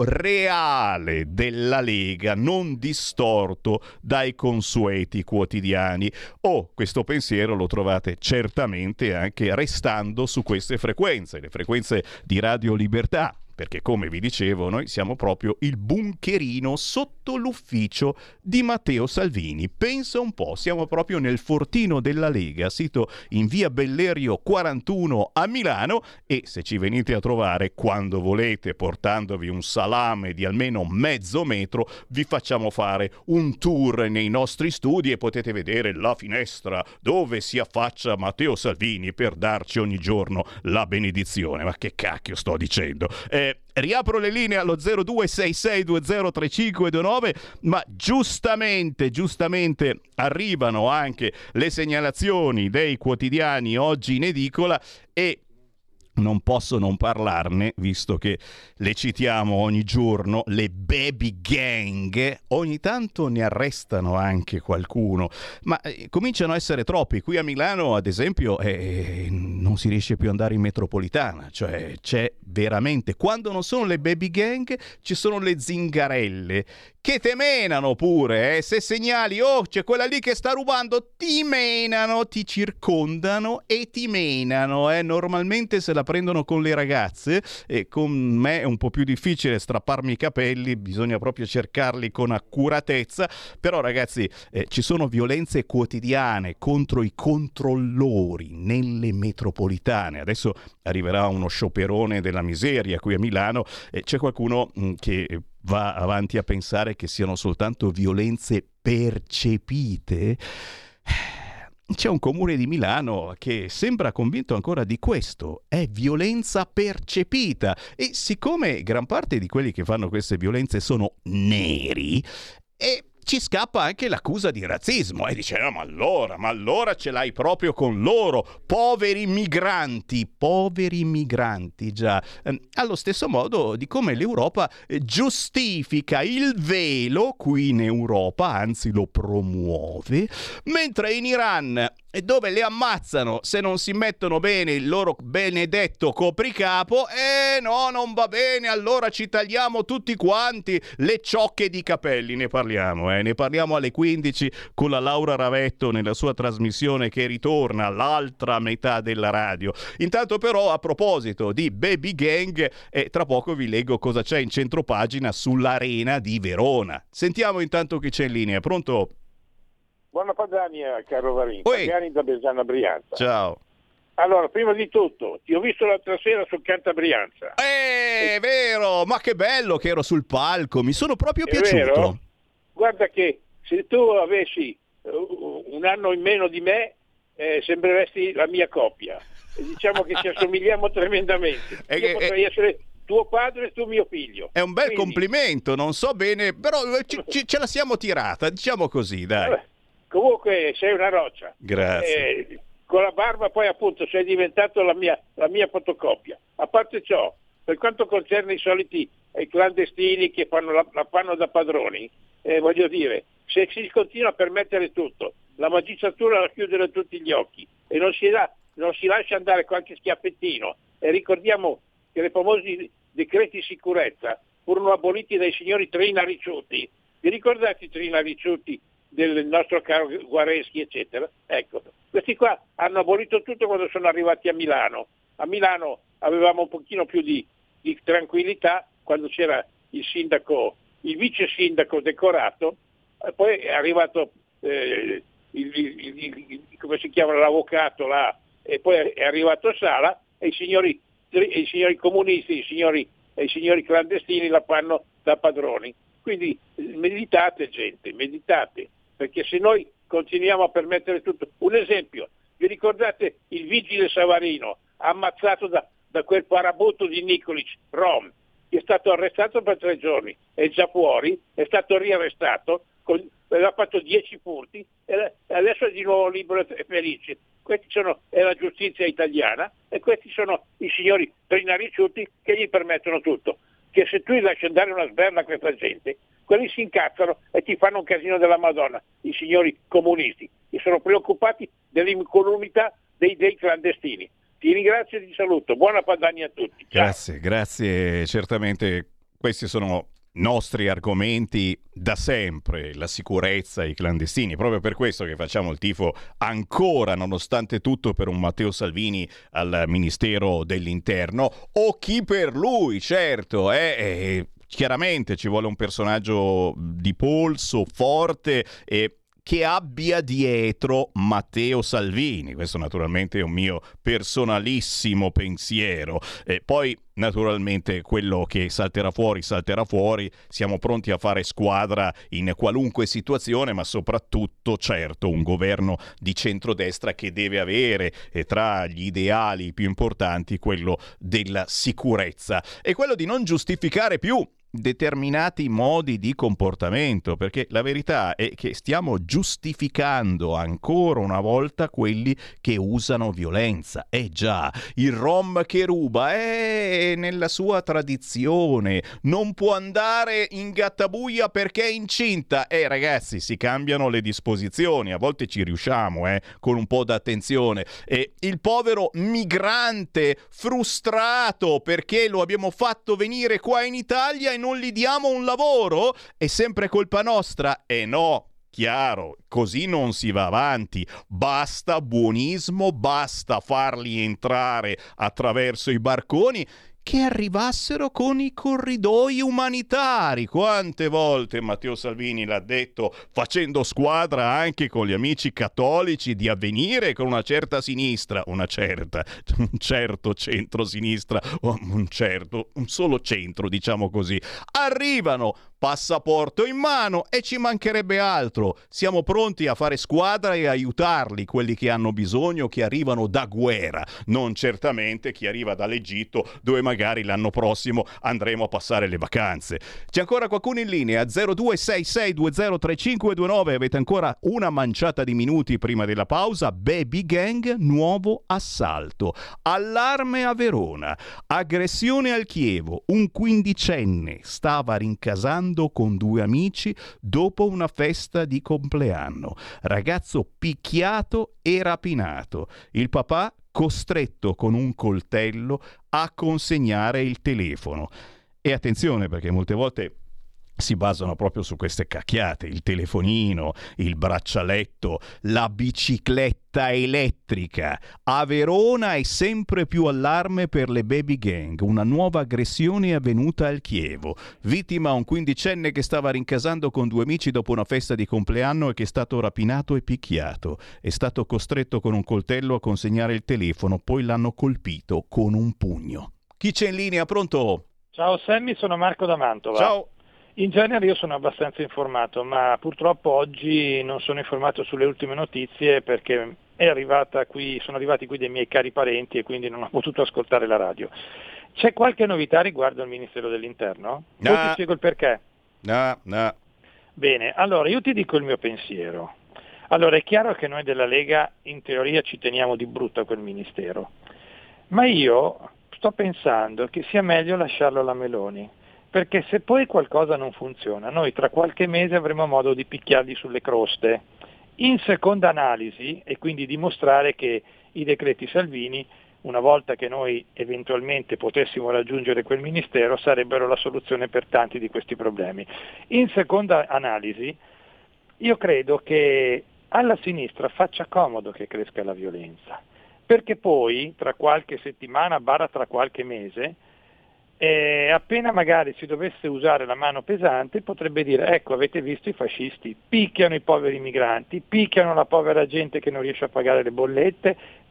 reale della Lega, non distorto dai consueti quotidiani. Oh, questo pensiero lo trovate certamente anche restando su queste frequenze, le frequenze di Radio Libertà, perché come vi dicevo noi siamo proprio il bunkerino sotto l'ufficio di Matteo Salvini. Pensa un po', siamo proprio nel fortino della Lega, sito in via Bellerio quarantuno a Milano, e se ci venite a trovare quando volete portandovi un salame di almeno mezzo metro, vi facciamo fare un tour nei nostri studi e potete vedere la finestra dove si affaccia Matteo Salvini per darci ogni giorno la benedizione. Ma che cacchio sto dicendo? Eh, Riapro le linee allo zero due sei sei due zero tre cinque due nove, ma giustamente, giustamente arrivano anche le segnalazioni dei quotidiani oggi in edicola, e non posso non parlarne, visto che le citiamo ogni giorno, le baby gang. Ogni tanto ne arrestano anche qualcuno, ma eh, cominciano a essere troppi. Qui a Milano, ad esempio, eh, non si riesce più ad andare in metropolitana, cioè c'è veramente, quando non sono le baby gang, ci sono le zingarelle che te menano pure, eh? Se segnali, oh, c'è quella lì che sta rubando, ti menano, ti circondano e ti menano, eh? Normalmente se la prendono con le ragazze, e con me è un po' più difficile strapparmi i capelli, bisogna proprio cercarli con accuratezza, però ragazzi, eh, ci sono violenze quotidiane contro i controllori nelle metropolitane. Adesso arriverà uno scioperone della miseria qui a Milano, e c'è qualcuno mh, che va avanti a pensare che siano soltanto violenze percepite. C'è un comune di Milano che sembra convinto ancora di questo, è violenza percepita, e siccome gran parte di quelli che fanno queste violenze sono neri, e ci scappa anche l'accusa di razzismo, e dice no, ma allora, ma allora ce l'hai proprio con loro, poveri migranti, poveri migranti, già. Eh, allo stesso modo di come l'Europa eh, giustifica il velo qui in Europa, anzi lo promuove, mentre in Iran, dove le ammazzano se non si mettono bene il loro benedetto copricapo, eh no, non va bene, allora ci tagliamo tutti quanti le ciocche di capelli. Ne parliamo, eh, ne parliamo alle quindici con la Laura Ravetto nella sua trasmissione che ritorna, l'altra metà della radio. Intanto però, a proposito di baby gang, eh, tra poco vi leggo cosa c'è in centropagina sull'Arena di Verona. Sentiamo intanto chi c'è in linea. Pronto? Buona Padania, caro Varin, Pagani da Besana Brianza. Ciao. Allora, prima di tutto, ti ho visto l'altra sera sul Canta Brianza. Eh, è vero, ma che bello che ero sul palco, mi sono proprio è piaciuto. Vero? Guarda che se tu avessi uh, un anno in meno di me, eh, sembreresti la mia coppia. E diciamo che ci assomigliamo tremendamente. E Io che, potrei è... essere tuo padre e tu mio figlio. È un bel Quindi... complimento, non so bene, però ci, ci, ce la siamo tirata, diciamo così, dai. Vabbè. Comunque sei una roccia. Grazie. Eh, con la barba poi appunto sei diventato la mia, la mia fotocopia. A parte ciò, per quanto concerne i soliti eh, clandestini che fanno la, la fanno da padroni, eh, voglio dire, se si continua a permettere tutto, la magistratura la chiudere tutti gli occhi e non si, da, non si lascia andare qualche schiaffettino, e ricordiamo che i famosi decreti sicurezza furono aboliti dai signori Trina Ricciuti. Vi ricordate Trina Ricciuti? Del nostro caro Guareschi, eccetera. Ecco, questi qua hanno abolito tutto quando sono arrivati a Milano. A Milano avevamo un pochino più di, di tranquillità quando c'era il sindaco, il vice sindaco decorato, poi è arrivato eh, il, il, il, il, come si chiama, l'avvocato là, e poi è arrivato Sala, e i signori, i signori comunisti, i signori, i signori clandestini la fanno da padroni. Quindi meditate, gente, meditate. Perché se noi continuiamo a permettere tutto... Un esempio, vi ricordate il vigile Savarino ammazzato da, da quel parabutto di Nikolic, Rom, è stato arrestato per tre giorni, è già fuori, è stato riarrestato, con, aveva fatto dieci furti e adesso è di nuovo libero e felice. Questi sono, è la giustizia italiana e questi sono i signori trinariciuti che gli permettono tutto. Che se tu gli lasci andare una sberla a questa gente, quelli si incazzano e ti fanno un casino della Madonna, i signori comunisti, che sono preoccupati dell'incolumità dei, dei clandestini. Ti ringrazio e ti saluto, buona Padania a tutti. Ciao. Grazie, grazie, certamente questi sono nostri argomenti da sempre, la sicurezza, i clandestini, proprio per questo che facciamo il tifo ancora, nonostante tutto, per un Matteo Salvini al Ministero dell'Interno, o chi per lui, certo, eh, eh, chiaramente ci vuole un personaggio di polso, forte e che abbia dietro Matteo Salvini. Questo naturalmente è un mio personalissimo pensiero. E poi naturalmente quello che salterà fuori, salterà fuori. Siamo pronti a fare squadra in qualunque situazione, ma soprattutto, certo, un governo di centrodestra che deve avere eh, tra gli ideali più importanti quello della sicurezza e quello di non giustificare più determinati modi di comportamento, perché la verità è che stiamo giustificando ancora una volta quelli che usano violenza. Eh già, il rom che ruba è nella sua tradizione, non può andare in gattabuia perché è incinta. Eh ragazzi, si cambiano le disposizioni, a volte ci riusciamo eh, con un po' d'attenzione. E il povero migrante frustrato perché lo abbiamo fatto venire qua in Italia e non gli diamo un lavoro? È sempre colpa nostra? Eh no, chiaro, così non si va avanti. Basta buonismo, basta farli entrare attraverso i barconi, che arrivassero con i corridoi umanitari. Quante volte Matteo Salvini l'ha detto, facendo squadra anche con gli amici cattolici di Avvenire, con una certa sinistra, una certa, un certo centro-sinistra, un certo, un solo centro, diciamo così. Arrivano, passaporto in mano e ci mancherebbe altro. Siamo pronti a fare squadra e aiutarli, quelli che hanno bisogno, che arrivano da guerra, non certamente chi arriva dall'Egitto, dove magari l'anno prossimo andremo a passare le vacanze. C'è ancora qualcuno in linea? zero due sei sei due zero tre cinque due nove, avete ancora una manciata di minuti prima della pausa. Baby gang, nuovo assalto. Allarme a Verona, aggressione al Chievo, un quindicenne stava rincasando con due amici dopo una festa di compleanno. Ragazzo picchiato e rapinato. Il papà costretto con un coltello a consegnare il telefono. E attenzione, perché molte volte si basano proprio su queste cacchiate, il telefonino, il braccialetto, la bicicletta elettrica. A Verona è sempre più allarme per le baby gang. Una nuova aggressione è avvenuta al Chievo. Vittima un quindicenne che stava rincasando con due amici dopo una festa di compleanno e che è stato rapinato e picchiato. È stato costretto con un coltello a consegnare il telefono, poi l'hanno colpito con un pugno. Chi c'è in linea? Pronto? Ciao Sammy, sono Marco da Mantova. Ciao. In genere io sono abbastanza informato, ma purtroppo oggi non sono informato sulle ultime notizie perché è arrivata qui, sono arrivati qui dei miei cari parenti e quindi non ho potuto ascoltare la radio. C'è qualche novità riguardo al Ministero dell'Interno? No. Poi ti spiego il perché. No, no. Bene, allora io ti dico il mio pensiero. Allora è chiaro che noi della Lega in teoria ci teniamo di brutto a quel Ministero, ma io sto pensando che sia meglio lasciarlo alla Meloni. Perché se poi qualcosa non funziona, noi tra qualche mese avremo modo di picchiarli sulle croste. In seconda analisi, e quindi dimostrare che i decreti Salvini, una volta che noi eventualmente potessimo raggiungere quel ministero, sarebbero la soluzione per tanti di questi problemi. In seconda analisi, io credo che alla sinistra faccia comodo che cresca la violenza, perché poi tra qualche settimana, barra tra qualche mese, E appena magari si dovesse usare la mano pesante potrebbe dire ecco avete visto i fascisti, picchiano i poveri migranti, picchiano la povera gente che non riesce a pagare le bollette,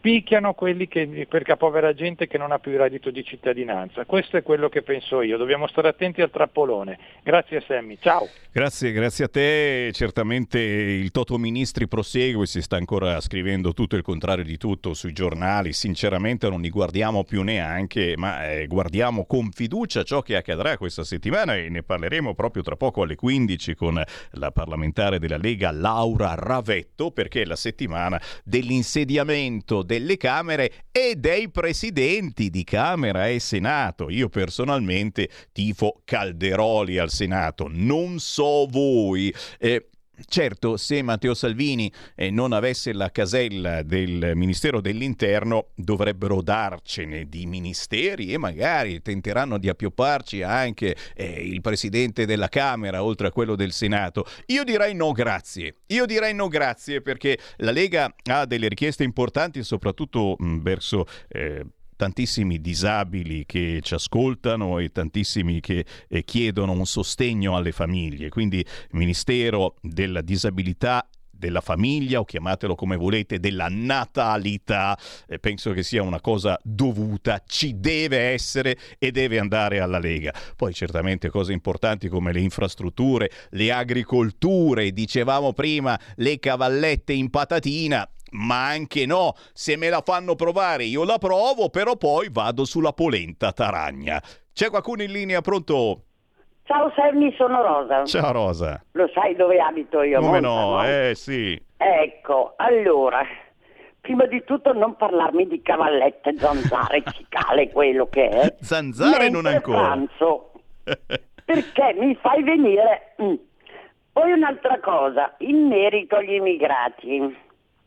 picchiano quelli che, per la povera gente che non ha più il reddito di cittadinanza. Questo è quello che penso io, dobbiamo stare attenti al trappolone. Grazie Sammy, ciao. Grazie, grazie a te. Certamente il Toto Ministri prosegue, si sta ancora scrivendo tutto il contrario di tutto sui giornali, sinceramente non li guardiamo più neanche, ma eh, guardiamo con fiducia ciò che accadrà questa settimana e ne parleremo proprio tra poco alle quindici con la parlamentare della Lega Laura Ravetto, perché è la settimana dell'insediamento delle Camere e dei presidenti di Camera e Senato. Io personalmente tifo Calderoli al Senato, non so voi. Eh, Certo, se Matteo Salvini eh, non avesse la casella del Ministero dell'Interno, dovrebbero darcene di ministeri e magari tenteranno di appiopparci anche eh, il Presidente della Camera, oltre a quello del Senato. Io direi no grazie, io direi no grazie perché la Lega ha delle richieste importanti, soprattutto mh, verso... Eh, tantissimi disabili che ci ascoltano e tantissimi che eh, chiedono un sostegno alle famiglie, quindi Ministero della Disabilità, della famiglia, o chiamatelo come volete, della natalità, eh, penso che sia una cosa dovuta, ci deve essere e deve andare alla Lega. Poi certamente cose importanti come le infrastrutture, le agricolture, dicevamo prima, le cavallette in patatina, ma anche no, se me la fanno provare io la provo, però poi vado sulla polenta taragna. C'è qualcuno in linea, pronto? Ciao Sammy, sono Rosa. Ciao Rosa. Lo sai dove abito io? Come Monza, no? no? Eh sì. Ecco, allora, prima di tutto non parlarmi di cavallette, zanzare, cicale, quello che è. Zanzare non ancora. Pranzo, perché mi fai venire... Mm. Poi un'altra cosa, in merito agli immigrati.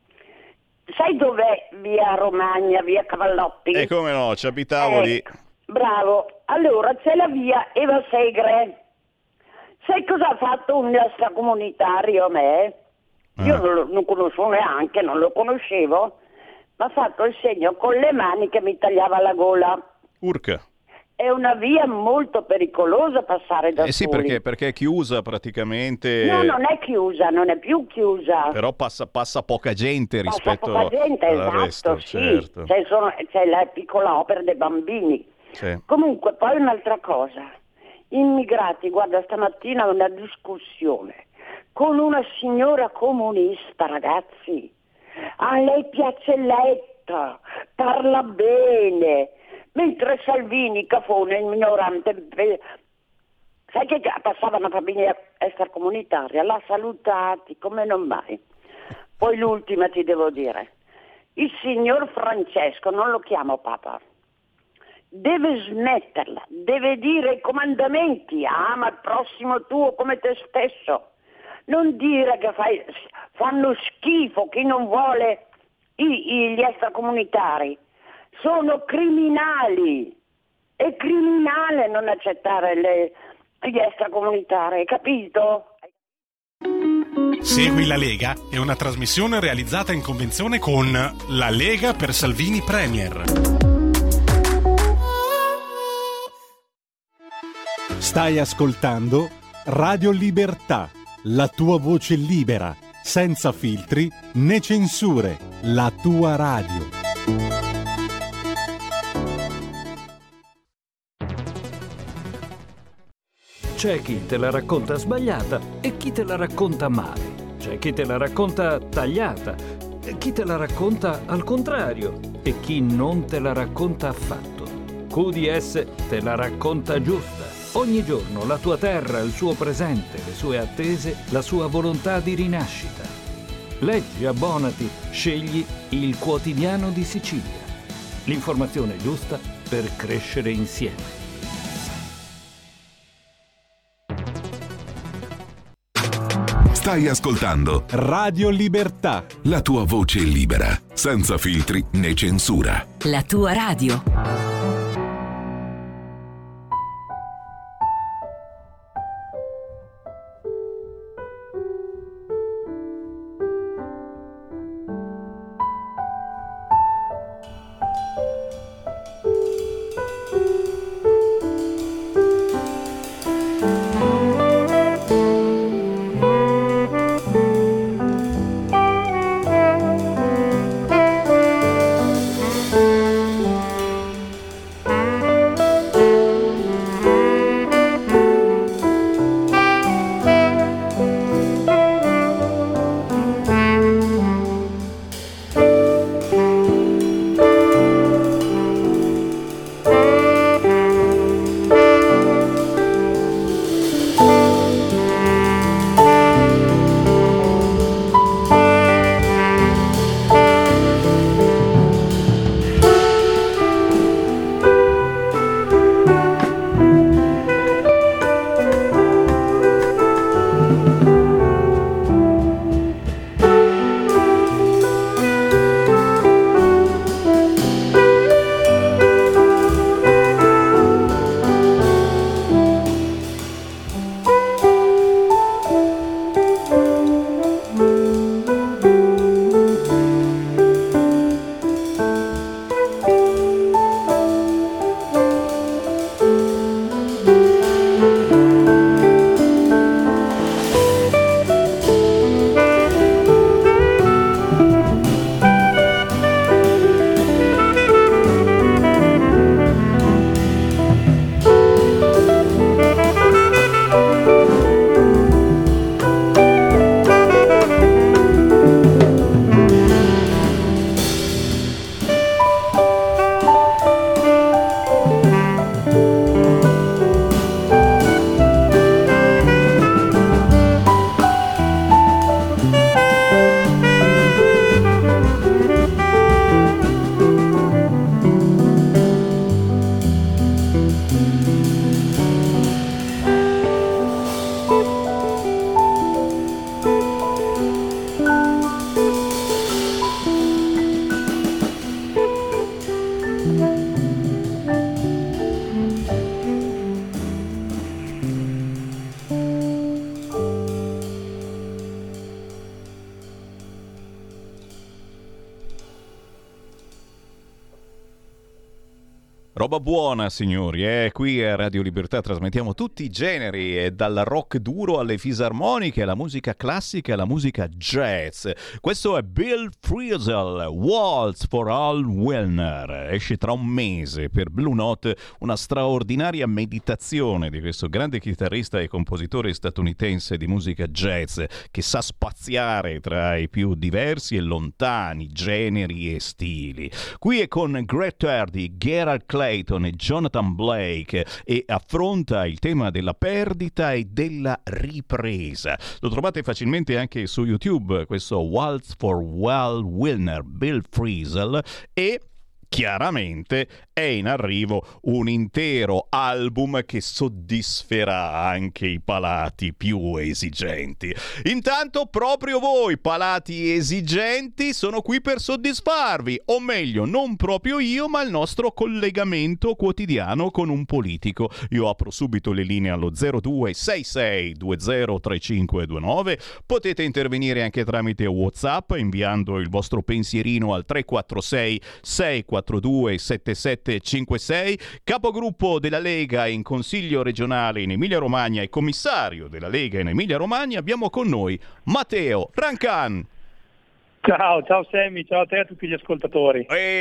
Sai dov'è via Romagna, via Cavallotti? E come no, ci abitavo eh, lì. Bravo, allora c'è la via Eva Segre. Sai cosa ha fatto un extracomunitario a me? Ah. Io non lo non conosco neanche, non lo conoscevo, ma ha fatto il segno con le mani che mi tagliava la gola. Urca. È una via molto pericolosa passare da Eh sì, soli. perché, perché è chiusa praticamente. No, non è chiusa, non è più chiusa. Però passa, passa poca gente passa rispetto poca gente, al esatto, resto, sì. certo. C'è, sono, c'è la piccola opera dei bambini. Sì. Comunque, poi un'altra cosa. Immigrati, guarda, stamattina una discussione con una signora comunista, ragazzi. A lei piace Letta, parla bene. Mentre Salvini, cafone, ignorante, sai che passava una famiglia extracomunitaria, l'ha salutati come non mai. Poi l'ultima ti devo dire, il signor Francesco, non lo chiamo Papa, deve smetterla, deve dire i comandamenti, ama il prossimo tuo come te stesso, non dire che fai, fanno schifo chi non vuole i, i, gli extracomunitari. Sono criminali, è criminale non accettare le, gli extracomunitari, capito? Segui la Lega è una trasmissione realizzata in convenzione con La Lega per Salvini Premier. Stai ascoltando Radio Libertà, la tua voce libera, senza filtri né censure, la tua radio. C'è chi te la racconta sbagliata e chi te la racconta male. C'è chi te la racconta tagliata e chi te la racconta al contrario e chi non te la racconta affatto. Q D S te la racconta giusta. Ogni giorno la tua terra, il suo presente, le sue attese, la sua volontà di rinascita. Leggi, abbonati, scegli il Quotidiano di Sicilia. L'informazione giusta per crescere insieme. Stai ascoltando Radio Libertà, la tua voce libera, senza filtri né censura. La tua radio. Roba buona, signori, eh? Qui a Radio Libertà trasmettiamo tutti i generi, eh, dal rock duro alle fisarmoniche, alla musica classica, alla musica jazz. Questo è Bill Frisell, Waltz for All Wilner. Esce tra un mese per Blue Note, una straordinaria meditazione di questo grande chitarrista e compositore statunitense di musica jazz che sa spaziare tra i più diversi e lontani generi e stili. Qui è con Greg Tardy, Gerald Clayton e Jonathan Blake e affronta il tema della perdita e della ripresa. Lo trovate facilmente anche su YouTube, questo Waltz for Well Wilner, Bill Frisell, e chiaramente è in arrivo un intero album che soddisferà anche i palati più esigenti. Intanto proprio voi, palati esigenti, sono qui per soddisfarvi, o meglio, non proprio io, ma il nostro collegamento quotidiano con un politico. Io apro subito le linee allo zero due sei sei due zero tre cinque due nove. Potete intervenire anche tramite WhatsApp inviando il vostro pensierino al tre quattro sei sei quattro due sette sette cinque sei. Capogruppo della Lega in Consiglio regionale in Emilia Romagna e commissario della Lega in Emilia Romagna, abbiamo con noi Matteo Rancan. Ciao, ciao Sammy, ciao a te e a tutti gli ascoltatori.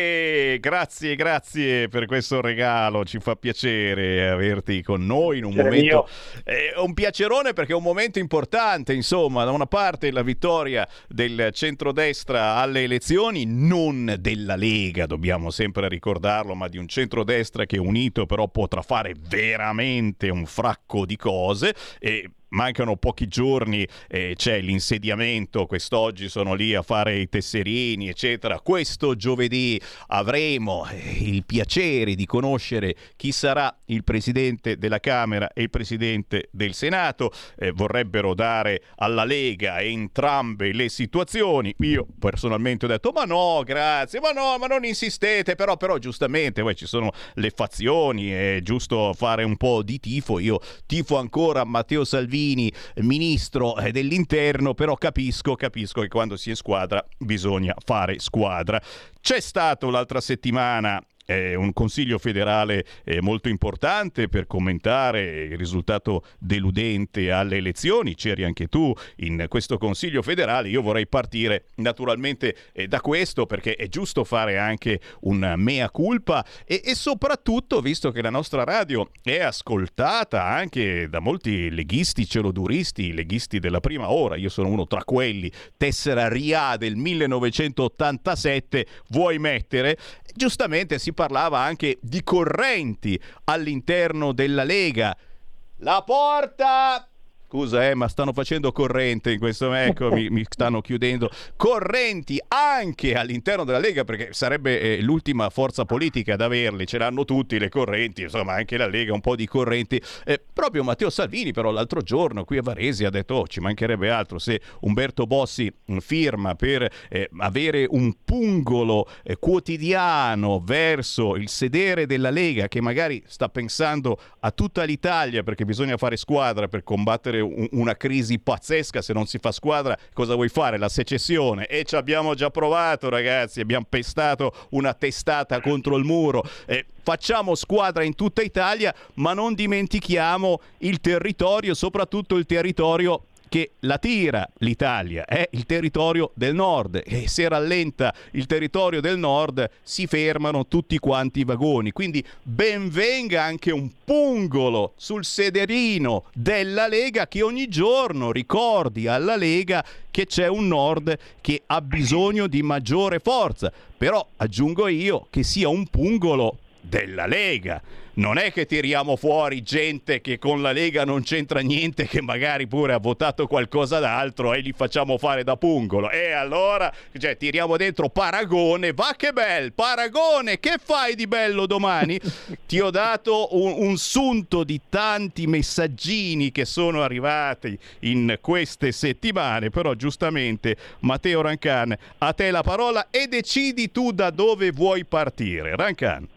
E grazie, grazie per questo regalo, ci fa piacere averti con noi in un Piacere momento, eh, un piacerone perché è un momento importante, insomma, da una parte la vittoria del centrodestra alle elezioni, non della Lega, dobbiamo sempre ricordarlo, ma di un centrodestra che unito però potrà fare veramente un fracco di cose. E mancano pochi giorni, eh, c'è l'insediamento, quest'oggi sono lì a fare i tesserini, eccetera. Questo giovedì avremo eh, il piacere di conoscere chi sarà il Presidente della Camera e il Presidente del Senato. Eh, vorrebbero dare alla Lega entrambe le situazioni. Io personalmente ho detto, ma no, grazie, ma no, ma non insistete, però, però giustamente poi ci sono le fazioni, è giusto fare un po' di tifo. Io tifo ancora Matteo Salvini, ministro dell'interno, però capisco, capisco che quando si è in squadra bisogna fare squadra. C'è stato l'altra settimana eh, un consiglio federale eh, molto importante per commentare il risultato deludente alle elezioni. C'eri anche tu in questo consiglio federale. Io vorrei partire naturalmente eh, da questo, perché è giusto fare anche un mea culpa e, e soprattutto, visto che la nostra radio è ascoltata anche da molti leghisti celoduristi, leghisti della prima ora, io sono uno tra quelli, tessera R I A del millenovecentottantasette, vuoi mettere? Giustamente si parlava anche di correnti all'interno della Lega. La porta... Scusa, eh, ma stanno facendo corrente in questo ecco, mi, mi stanno chiudendo. Correnti anche all'interno della Lega, perché sarebbe eh, l'ultima forza politica ad averli. Ce l'hanno tutti le correnti, insomma, anche la Lega un po' di correnti. Eh, proprio Matteo Salvini, però, l'alro giorno qui a Varese ha detto: oh, ci mancherebbe altro se Umberto Bossi firma per eh, avere un pungolo eh, quotidiano verso il sedere della Lega, che magari sta pensando a tutta l'Italia, perché bisogna fare squadra per combattere una crisi pazzesca. Se non si fa squadra, cosa vuoi fare? La secessione. E ci abbiamo già provato, ragazzi, abbiamo pestato una testata contro il muro. Eh, facciamo squadra in tutta Italia, ma non dimentichiamo il territorio, soprattutto il territorio che la tira l'Italia, è il territorio del nord, e se rallenta il territorio del nord si fermano tutti quanti i vagoni. Quindi ben venga anche un pungolo sul sederino della Lega che ogni giorno ricordi alla Lega che c'è un nord che ha bisogno di maggiore forza. Però aggiungo io che sia un pungolo della Lega. Non è che tiriamo fuori gente che con la Lega non c'entra niente, che magari pure ha votato qualcosa d'altro, e li facciamo fare da pungolo. E allora, cioè, tiriamo dentro Paragone. Va che bel Paragone, che fai di bello domani? Ti ho dato un, un sunto di tanti messaggini che sono arrivati in queste settimane, però giustamente Matteo Rancan, a te la parola e decidi tu da dove vuoi partire. Rancan.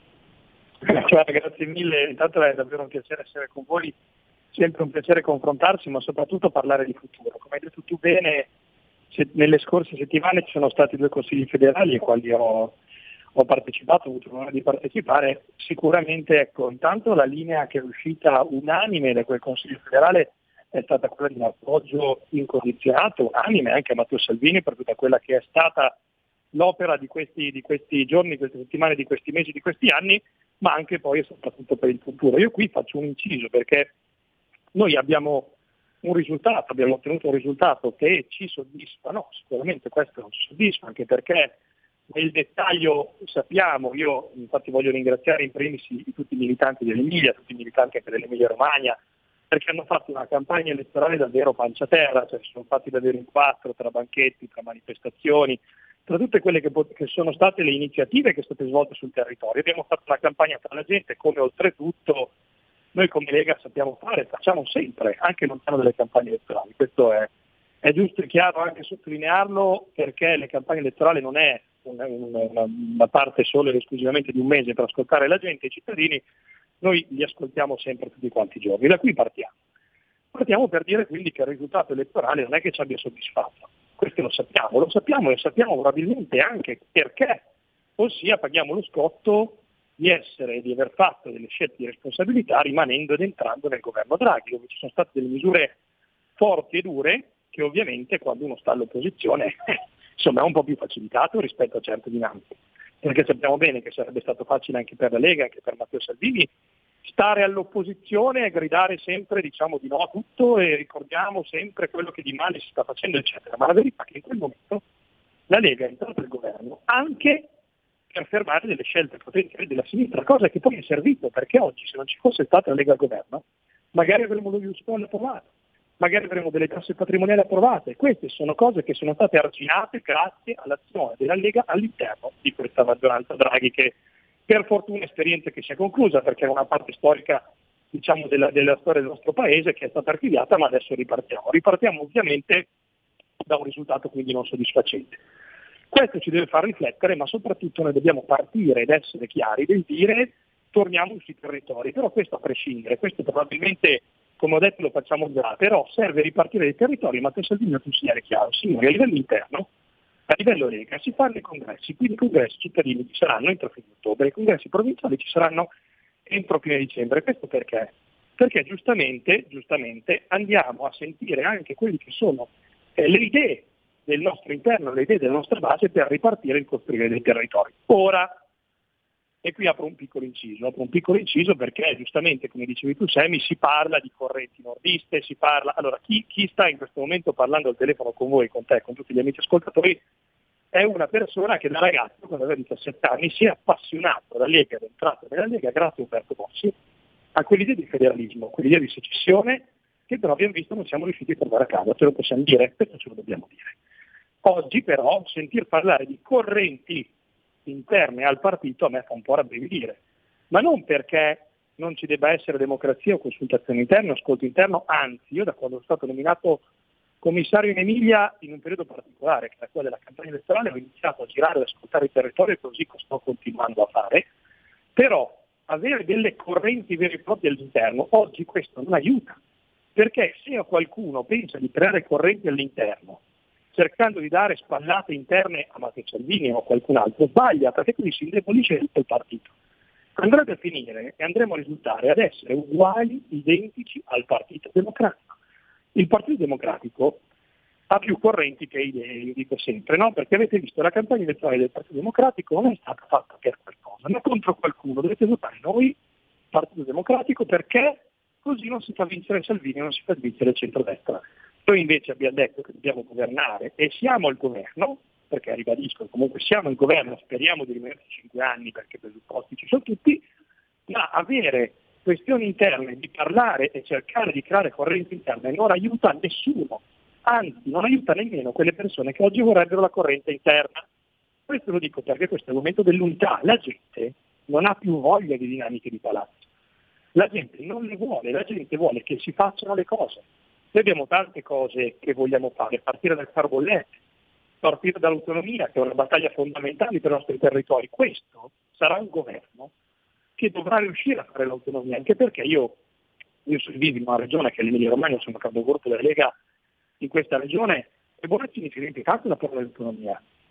Cioè, grazie mille, intanto è davvero un piacere essere con voi, sempre un piacere confrontarsi, ma soprattutto parlare di futuro. Come hai detto tu bene, se, nelle scorse settimane ci sono stati due consigli federali ai quali ho, ho partecipato, ho avuto l'onore di partecipare, sicuramente ecco, intanto la linea che è uscita unanime da quel Consiglio federale è stata quella di un appoggio incondizionato, unanime anche a Matteo Salvini per tutta quella che è stata l'opera di questi, di questi giorni, di queste settimane, di questi mesi, di questi anni, ma anche poi e soprattutto per il futuro. Io qui faccio un inciso perché noi abbiamo un risultato, abbiamo ottenuto un risultato che ci soddisfa, no, sicuramente questo non ci soddisfa, anche perché nel dettaglio sappiamo, io infatti voglio ringraziare in primis tutti i militanti dell'Emilia, tutti i militanti anche dell'Emilia Romagna, perché hanno fatto una campagna elettorale davvero pancia terra, cioè si sono fatti davvero in quattro, tra banchetti, tra manifestazioni, tra tutte quelle che, che sono state le iniziative che sono state svolte sul territorio. Abbiamo fatto una campagna tra la gente, come oltretutto noi come Lega sappiamo fare, facciamo sempre, anche lontano dalle campagne elettorali. Questo è, è giusto e chiaro anche sottolinearlo, perché le campagne elettorali non è una, una, una parte solo ed esclusivamente di un mese per ascoltare la gente, i cittadini, noi li ascoltiamo sempre tutti quanti i giorni. Da qui partiamo. Partiamo per dire quindi che il risultato elettorale non è che ci abbia soddisfatto. Questo lo sappiamo, lo sappiamo e lo sappiamo probabilmente anche perché, ossia paghiamo lo scotto di essere, di aver fatto delle scelte di responsabilità rimanendo ed entrando nel governo Draghi, dove ci sono state delle misure forti e dure che ovviamente quando uno sta all'opposizione eh, insomma è un po' più facilitato rispetto a certe dinamiche, perché sappiamo bene che sarebbe stato facile anche per la Lega, anche per Matteo Salvini, stare all'opposizione e gridare sempre diciamo di no a tutto e ricordiamo sempre quello che di male si sta facendo eccetera, ma la verità è che in quel momento la Lega è entrata nel governo anche per fermare delle scelte potenziali della sinistra, cosa che poi è servito, perché oggi se non ci fosse stata la Lega al governo magari avremmo lo Iuscol approvato, magari avremmo delle tasse patrimoniali approvate. Queste sono cose che sono state arginate grazie all'azione della Lega all'interno di questa maggioranza Draghi, che per fortuna è esperienza che si è conclusa, perché è una parte storica diciamo della, della storia del nostro paese che è stata archiviata, ma adesso ripartiamo. Ripartiamo ovviamente da un risultato quindi non soddisfacente. Questo ci deve far riflettere, ma soprattutto noi dobbiamo partire ed essere chiari del dire torniamo sui territori, però questo a prescindere, questo probabilmente come ho detto lo facciamo già, però serve ripartire dai territori. Matteo Salvini ha un segnale chiaro, signori, a livello interno, a livello Lega si fanno i congressi, quindi i congressi cittadini ci saranno entro fine ottobre, i congressi provinciali ci saranno entro fine dicembre. Questo perché? Perché giustamente, giustamente andiamo a sentire anche quelli che sono eh, le idee del nostro interno, le idee della nostra base per ripartire e costruire dei territori. Ora, e qui apro un piccolo inciso, apro un piccolo inciso perché giustamente, come dicevi tu Semi, si parla di correnti nordiste, si parla, allora chi, chi sta in questo momento parlando al telefono con voi, con te, con tutti gli amici ascoltatori, è una persona che da ragazzo, quando aveva diciassette anni, si è appassionato alla Lega ed è entrato nella Lega grazie a Umberto Bossi, a quell'idea di federalismo, quell'idea di secessione, che però abbiamo visto non siamo riusciti a portare a casa, ce lo possiamo dire, questo ce lo dobbiamo dire. Oggi però sentir parlare di correnti interne al partito a me fa un po' rabbrividire, ma non perché non ci debba essere democrazia o consultazione interna o ascolto interno, anzi io da quando sono stato nominato commissario in Emilia in un periodo particolare, che è quello della campagna elettorale, ho iniziato a girare ad ascoltare il territorio e così sto continuando a fare, però avere delle correnti vere e proprie all'interno oggi questo non aiuta, perché se a qualcuno pensa di creare correnti all'interno cercando di dare spallate interne a Matteo Salvini o a qualcun altro, sbaglia, perché quindi si indebolisce tutto il partito. Andrebbe a finire e andremo a risultare ad essere uguali, identici al Partito Democratico. Il Partito Democratico ha più correnti che idee, io dico sempre, no? Perché avete visto la campagna elettorale del Partito Democratico non è stata fatta per qualcosa, ma contro qualcuno. Dovete votare noi, Partito Democratico, perché così non si fa vincere Salvini, non si fa vincere il centrodestra. Noi invece abbiamo detto che dobbiamo governare e siamo al governo, perché ribadisco, comunque siamo al governo, speriamo di rimanerci cinque anni perché i presupposti ci sono tutti, ma avere questioni interne, di parlare e cercare di creare correnti interne non aiuta nessuno, anzi non aiuta nemmeno quelle persone che oggi vorrebbero la corrente interna. Questo lo dico perché questo è il momento dell'unità, la gente non ha più voglia di dinamiche di palazzo, la gente non le vuole, la gente vuole che si facciano le cose. Noi abbiamo tante cose che vogliamo fare, a partire dal far bollette, a partire dall'autonomia, che è una battaglia fondamentale per i nostri territori. Questo sarà un governo che dovrà riuscire a fare l'autonomia, anche perché io, io vivo in una regione che è l'Emilia Romagna, sono capogruppo della Lega in questa regione, e Bonaccini si è dimenticato la parola dell'autonomia.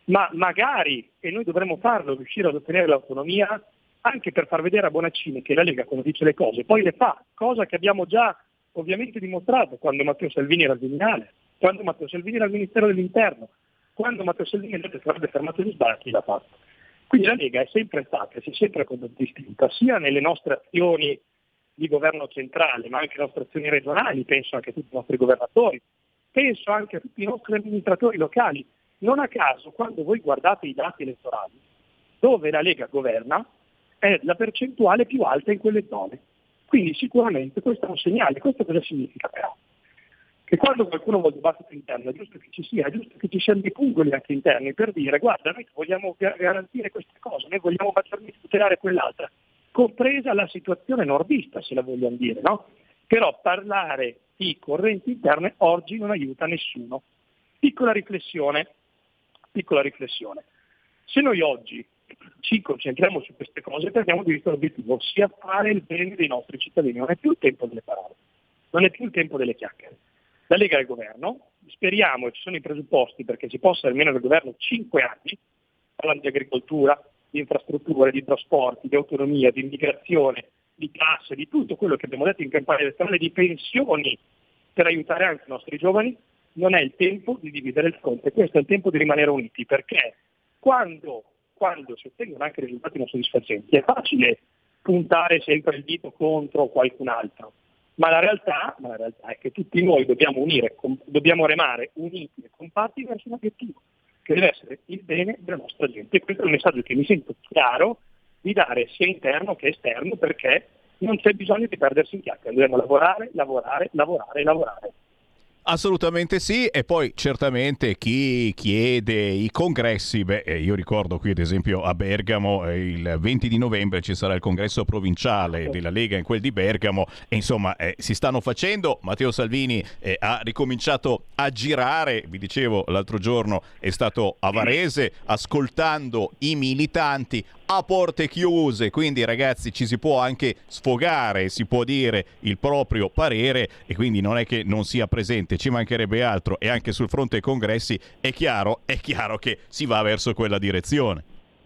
ma magari, e noi dovremmo farlo, riuscire ad ottenere l'autonomia anche per far vedere a Bonaccini che la Lega, quando dice le cose, poi le fa, cosa che abbiamo già ovviamente dimostrato quando Matteo Salvini era al Viminale, quando Matteo Salvini era al Ministero dell'Interno, quando Matteo Salvini ha detto che avrebbe fermato gli sbarchi, l'ha fatto. Quindi la Lega è sempre stata, si è sempre contraddistinta, sia nelle nostre azioni di governo centrale, ma anche le nostre azioni regionali, penso anche a tutti i nostri governatori, penso anche a tutti i nostri amministratori locali. Non a caso, quando voi guardate i dati elettorali, dove la Lega governa, è la percentuale più alta in quelle zone. Quindi sicuramente questo è un segnale. Questo cosa significa però? Che quando qualcuno vuole dibattito interno è giusto che ci sia, è giusto che ci siano dei pungoli anche interni per dire guarda, noi vogliamo garantire queste cose, noi vogliamo maggiormente tutelare quell'altra, compresa la situazione nordista, se la vogliamo dire, no? Però parlare di correnti interne oggi non aiuta nessuno. Piccola riflessione, piccola riflessione. Se noi oggi ci concentriamo su queste cose, perdiamo di vista l'obiettivo, sia fare il bene dei nostri cittadini. Non è più il tempo delle parole, non è più il tempo delle chiacchiere. La Lega è al governo, speriamo, e ci sono i presupposti perché si possa almeno al governo cinque anni, parlando di agricoltura, di infrastrutture, di trasporti, di autonomia, di immigrazione, di tasse, di tutto quello che abbiamo detto in campagna elettorale, di pensioni per aiutare anche i nostri giovani. Non è il tempo di dividere il fronte, questo è il tempo di rimanere uniti, perché quando, quando si ottengono anche risultati non soddisfacenti è facile puntare sempre il dito contro qualcun altro, ma la realtà, ma la realtà è che tutti noi dobbiamo unire, com, dobbiamo remare uniti e compatti verso un obiettivo, che deve essere il bene della nostra gente. E questo è il messaggio che mi sento chiaro di dare sia interno che esterno, perché non c'è bisogno di perdersi in chiacchiere, dobbiamo lavorare, lavorare, lavorare, lavorare. Assolutamente sì, e poi certamente chi chiede i congressi, beh, io ricordo qui ad esempio a Bergamo eh, il venti di novembre ci sarà il congresso provinciale della Lega in quel di Bergamo e insomma eh, si stanno facendo. Matteo Salvini eh, ha ricominciato a girare, vi dicevo l'altro giorno è stato a Varese ascoltando i militanti a porte chiuse, quindi ragazzi ci si può anche sfogare, si può dire il proprio parere e quindi non è che non sia presente, ci mancherebbe altro, e anche sul fronte congressi è chiaro, è chiaro che si va verso quella direzione.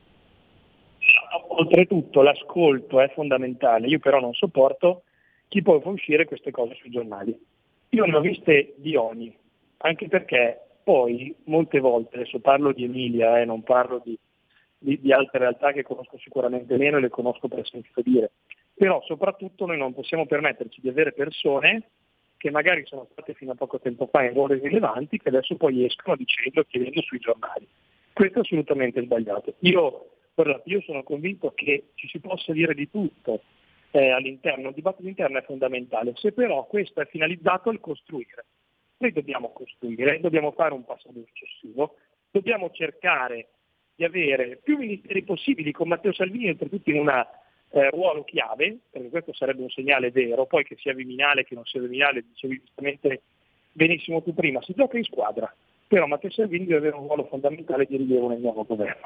Oltretutto l'ascolto è fondamentale, io però non sopporto chi poi fa uscire queste cose sui giornali. Io ne ho viste di ogni, anche perché poi molte volte, adesso parlo di Emilia, eh, non parlo di Di, di altre realtà che conosco sicuramente meno e le conosco per sentito dire, però soprattutto noi non possiamo permetterci di avere persone che magari sono state fino a poco tempo fa in ruoli rilevanti che adesso poi escono dicendo, chiedendo sui giornali. Questo è assolutamente sbagliato. Io, guardate, io sono convinto che ci si possa dire di tutto eh, all'interno, il dibattito interno è fondamentale, se però questo è finalizzato al costruire. Noi dobbiamo costruire, dobbiamo fare un passaggio successivo, dobbiamo cercare di avere più ministeri possibili con Matteo Salvini oltretutto in un eh, ruolo chiave, perché questo sarebbe un segnale vero, poi che sia Viminale che non sia Viminale, dicevi giustamente benissimo tu prima, si gioca in squadra, però Matteo Salvini deve avere un ruolo fondamentale di rilievo nel nuovo governo.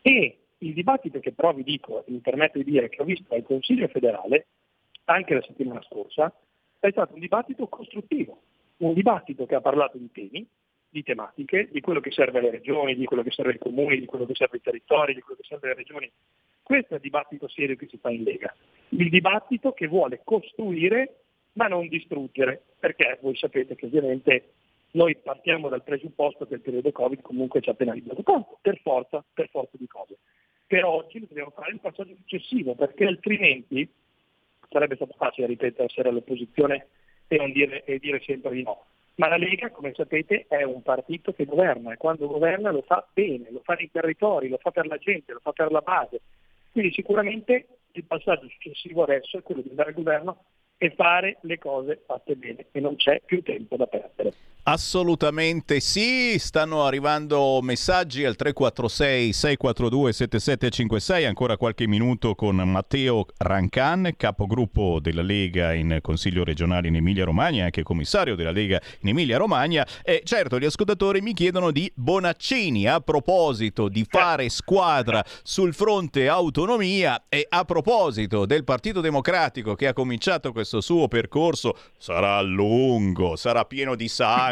E il dibattito che però vi dico, mi permetto di dire che ho visto al Consiglio federale, anche la settimana scorsa, è stato un dibattito costruttivo, un dibattito che ha parlato di temi, di tematiche, di quello che serve alle regioni, di quello che serve ai comuni, di quello che serve ai territori, di quello che serve alle regioni. Questo è il dibattito serio che si fa in Lega. Il dibattito che vuole costruire ma non distruggere, perché voi sapete che ovviamente noi partiamo dal presupposto che il periodo Covid comunque ci ha penalizzato tanto, per forza, per forza di cose. Per oggi dobbiamo fare il passaggio successivo, perché altrimenti sarebbe stato facile ripetere essere all'opposizione e non dire, e dire sempre di no. Ma la Lega, come sapete, è un partito che governa e quando governa lo fa bene, lo fa nei territori, lo fa per la gente, lo fa per la base. Quindi sicuramente il passaggio successivo adesso è quello di andare al governo e fare le cose fatte bene e non c'è più tempo da perdere. Assolutamente sì, stanno arrivando messaggi al tre quattro sei sei quattro due sette sette cinque sei, ancora qualche minuto con Matteo Rancan, capogruppo della Lega in Consiglio regionale in Emilia Romagna e anche commissario della Lega in Emilia Romagna. E certo, gli ascoltatori mi chiedono di Bonaccini a proposito di fare squadra sul fronte autonomia e a proposito del Partito Democratico che ha cominciato questo suo percorso, sarà lungo, sarà pieno di sangue,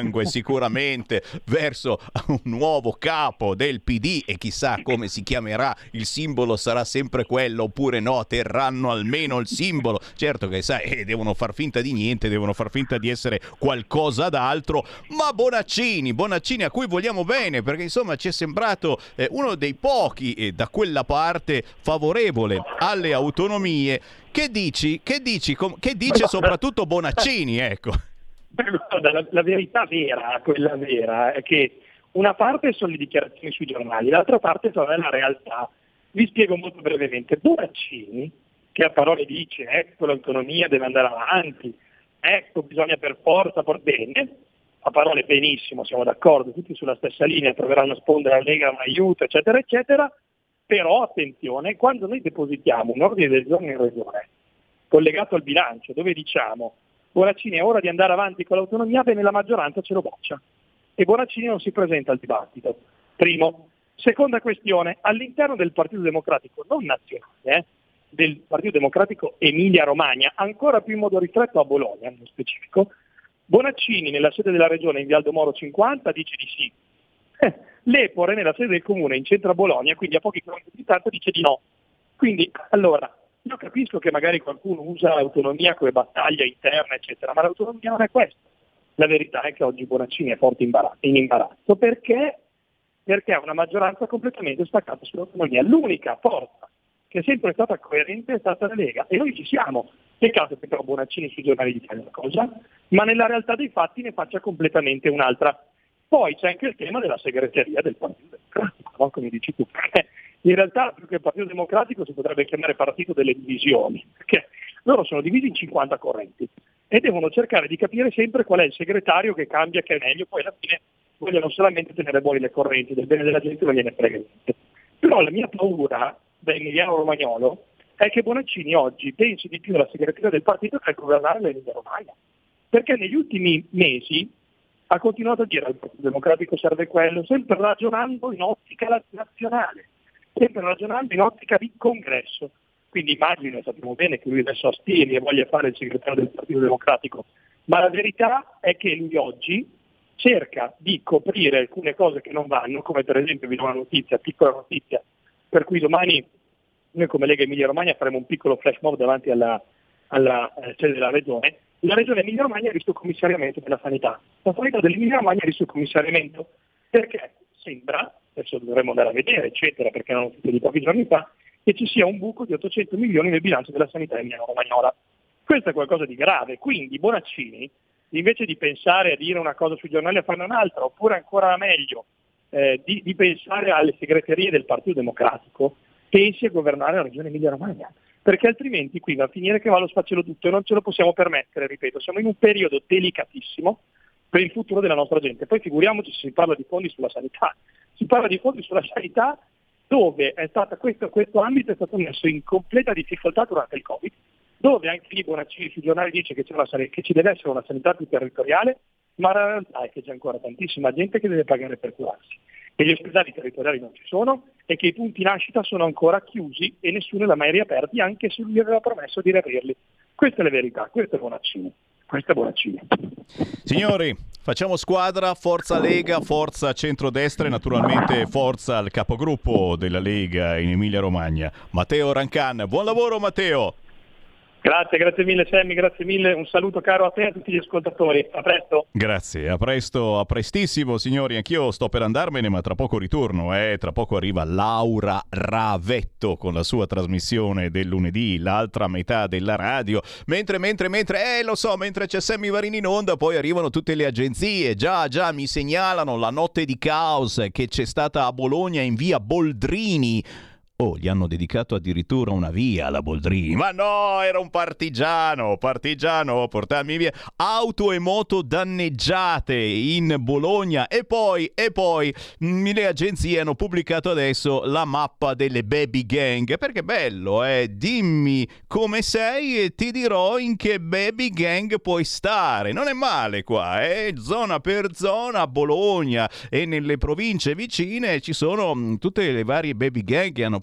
sangue sicuramente verso un nuovo capo del P D, e chissà come si chiamerà, il simbolo sarà sempre quello oppure no, terranno almeno il simbolo. Certo che sai, eh, devono far finta di niente, devono far finta di essere qualcosa d'altro, ma Bonaccini, Bonaccini a cui vogliamo bene, perché insomma ci è sembrato eh, uno dei pochi eh, da quella parte favorevole alle autonomie. Che dici? Che dici? Com- che dice soprattutto Bonaccini, ecco? Guarda, la, la verità vera, quella vera, è che una parte sono le dichiarazioni sui giornali, l'altra parte sono la realtà. Vi spiego molto brevemente. Bonaccini, che a parole dice ecco l'autonomia deve andare avanti, ecco bisogna per forza, por bene, a parole benissimo, siamo d'accordo, tutti sulla stessa linea, troveranno sponda la Lega, un aiuto, eccetera, eccetera, però attenzione, quando noi depositiamo un ordine del giorno in regione collegato al bilancio, dove diciamo Bonaccini è ora di andare avanti con l'autonomia, bene, la maggioranza ce lo boccia e Bonaccini non si presenta al dibattito. Primo. Seconda questione, all'interno del Partito Democratico, non nazionale, eh, del Partito Democratico Emilia-Romagna, ancora più in modo ristretto a Bologna, nello specifico, Bonaccini nella sede della regione in Via Aldo Moro cinquanta dice di sì. Eh, Lepore nella sede del comune in centro a Bologna, quindi a pochi chilometri di distanza, dice di no. Quindi, allora, io capisco che magari qualcuno usa l'autonomia come battaglia interna, eccetera, ma l'autonomia non è questo. La verità è che oggi Bonaccini è forte in imbarazzo perché, perché ha una maggioranza completamente staccata sull'autonomia. L'unica forza che è sempre stata coerente è stata la Lega, e noi ci siamo. Peccato che però Bonaccini sui giornali dica una cosa, ma nella realtà dei fatti ne faccia completamente un'altra. Poi c'è anche il tema della segreteria del Partito Democratico, no? Come dici tu, perché in realtà più che Partito Democratico si potrebbe chiamare Partito delle divisioni, perché loro sono divisi in cinquanta correnti e devono cercare di capire sempre qual è il segretario che cambia, che è meglio, poi alla fine vogliono solamente tenere buone le correnti, del bene della gente non gliene frega niente. Però la mia paura da emiliano romagnolo è che Bonaccini oggi pensi di più alla segreteria del partito che a governare l'Emilia Romagna, perché negli ultimi mesi ha continuato a dire al Partito Democratico serve quello, sempre ragionando in ottica nazionale, sempre ragionando in ottica di congresso. Quindi immagino, sappiamo bene che lui adesso astieni e voglia fare il segretario del Partito Democratico, ma la verità è che lui oggi cerca di coprire alcune cose che non vanno, come per esempio, vi do una notizia, piccola notizia, per cui domani noi come Lega Emilia Romagna faremo un piccolo flash mob davanti alla, alla eh, sede della regione. La regione Emilia Romagna ha visto il commissariamento della sanità. La sanità dell'Emilia Romagna ha visto il commissariamento perché sembra, adesso dovremmo andare a vedere, eccetera, perché è una notizia di pochi giorni fa, che ci sia un buco di ottocento milioni nel bilancio della sanità emiliano-romagnola. Questo è qualcosa di grave, quindi Bonaccini, invece di pensare a dire una cosa sui giornali e a farne un'altra, oppure ancora meglio, eh, di, di pensare alle segreterie del Partito Democratico, pensi a governare la regione Emilia-Romagna, perché altrimenti qui va a finire che va allo sfacellodutto e non ce lo possiamo permettere, ripeto, siamo in un periodo delicatissimo per il futuro della nostra gente. Poi figuriamoci se si parla di fondi sulla sanità, si parla di fondi sulla sanità dove è stata questo, questo ambito è stato messo in completa difficoltà durante il Covid, dove anche lì Bonaccini sui giornali dice che, c'è una, che ci deve essere una sanità più territoriale, ma la realtà è che c'è ancora tantissima gente che deve pagare per curarsi, che gli ospedali territoriali non ci sono e che i punti nascita sono ancora chiusi e nessuno li ha mai riaperti, anche se lui aveva promesso di riaprirli. Questa è la verità, questo è Bonaccini. Questo è Bonaccini. Signori, facciamo squadra, forza Lega, forza centrodestra e naturalmente forza al capogruppo della Lega in Emilia Romagna, Matteo Rancan. Buon lavoro Matteo! Grazie, grazie mille Sammy, grazie mille, un saluto caro a te e a tutti gli ascoltatori, a presto. Grazie, a presto, a prestissimo signori, anch'io sto per andarmene ma tra poco ritorno, eh? Tra poco arriva Laura Ravetto con la sua trasmissione del lunedì, l'altra metà della radio, mentre, mentre, mentre, eh lo so, mentre c'è Sammy Varini in onda poi arrivano tutte le agenzie, già, già mi segnalano la notte di caos che c'è stata a Bologna in via Boldrini. Oh, gli hanno dedicato addirittura una via alla Boldrini. Ma no, era un partigiano, partigiano, portarmi via. Auto e moto danneggiate in Bologna. E poi, e poi, mh, le agenzie hanno pubblicato adesso la mappa delle baby gang. Perché bello, eh? Dimmi come sei e ti dirò in che baby gang puoi stare. Non è male qua, eh? Zona per zona, a Bologna e nelle province vicine ci sono mh, tutte le varie baby gang che hanno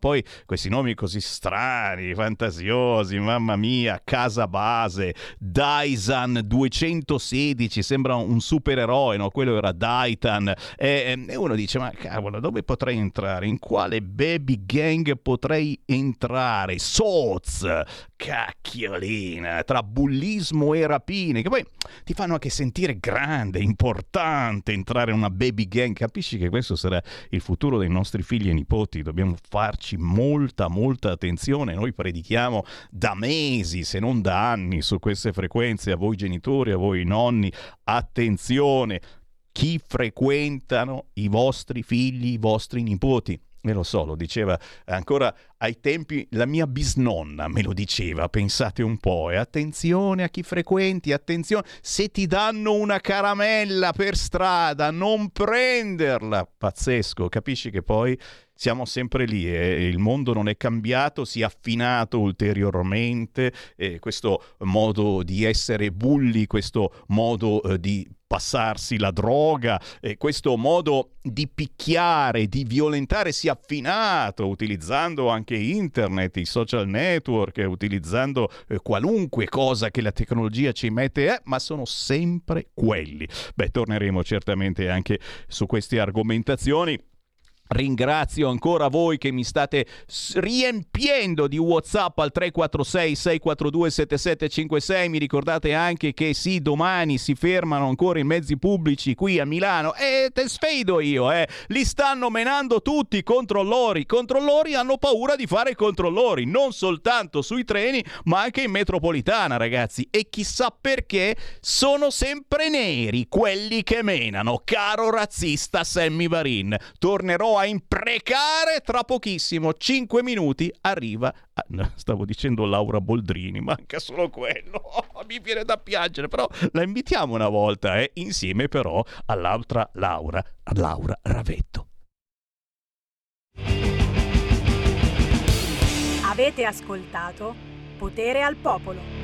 poi questi nomi così strani, fantasiosi, mamma mia, Casa Base, Dyson duecentosedici, sembra un supereroe, no? Quello era Daitan, e, e uno dice, ma cavolo, dove potrei entrare? In quale baby gang potrei entrare? Soz, cacchiolina, tra bullismo e rapine, che poi ti fanno anche sentire grande, importante entrare in una baby gang. Capisci che questo sarà il futuro dei nostri figli e nipoti, dobbiamo farci molta molta attenzione. Noi predichiamo da mesi, se non da anni, su queste frequenze, a voi genitori, a voi nonni, attenzione, chi frequentano i vostri figli, i vostri nipoti. E lo so, lo diceva ancora ai tempi la mia bisnonna, me lo diceva, pensate un po', e attenzione a chi frequenti, attenzione, se ti danno una caramella per strada, non prenderla. Pazzesco, capisci che poi siamo sempre lì e il mondo non è cambiato, si è affinato ulteriormente, e questo modo di essere bulli, questo modo eh, di passarsi la droga, e questo modo di picchiare, di violentare si è affinato, utilizzando anche internet, i social network, utilizzando eh, qualunque cosa che la tecnologia ci mette, eh, ma sono sempre quelli. Beh, torneremo certamente anche su queste argomentazioni. Ringrazio ancora voi che mi state riempiendo di WhatsApp al tre quattro sei sei quattro due sette sette cinque sei. Mi ricordate anche che sì, domani si fermano ancora i mezzi pubblici qui a Milano, e te sfido io, eh. Li stanno menando tutti i controllori. I controllori hanno paura di fare i controllori, non soltanto sui treni, ma anche in metropolitana, ragazzi. E chissà perché sono sempre neri quelli che menano, caro razzista Sammy Varin. Tornerò a imprecare tra pochissimo, cinque minuti arriva ah, no, stavo dicendo Laura Boldrini, manca solo quello. Oh, mi viene da piangere, però la invitiamo una volta, eh, insieme però all'altra Laura, Laura Ravetto. Avete ascoltato Potere al Popolo.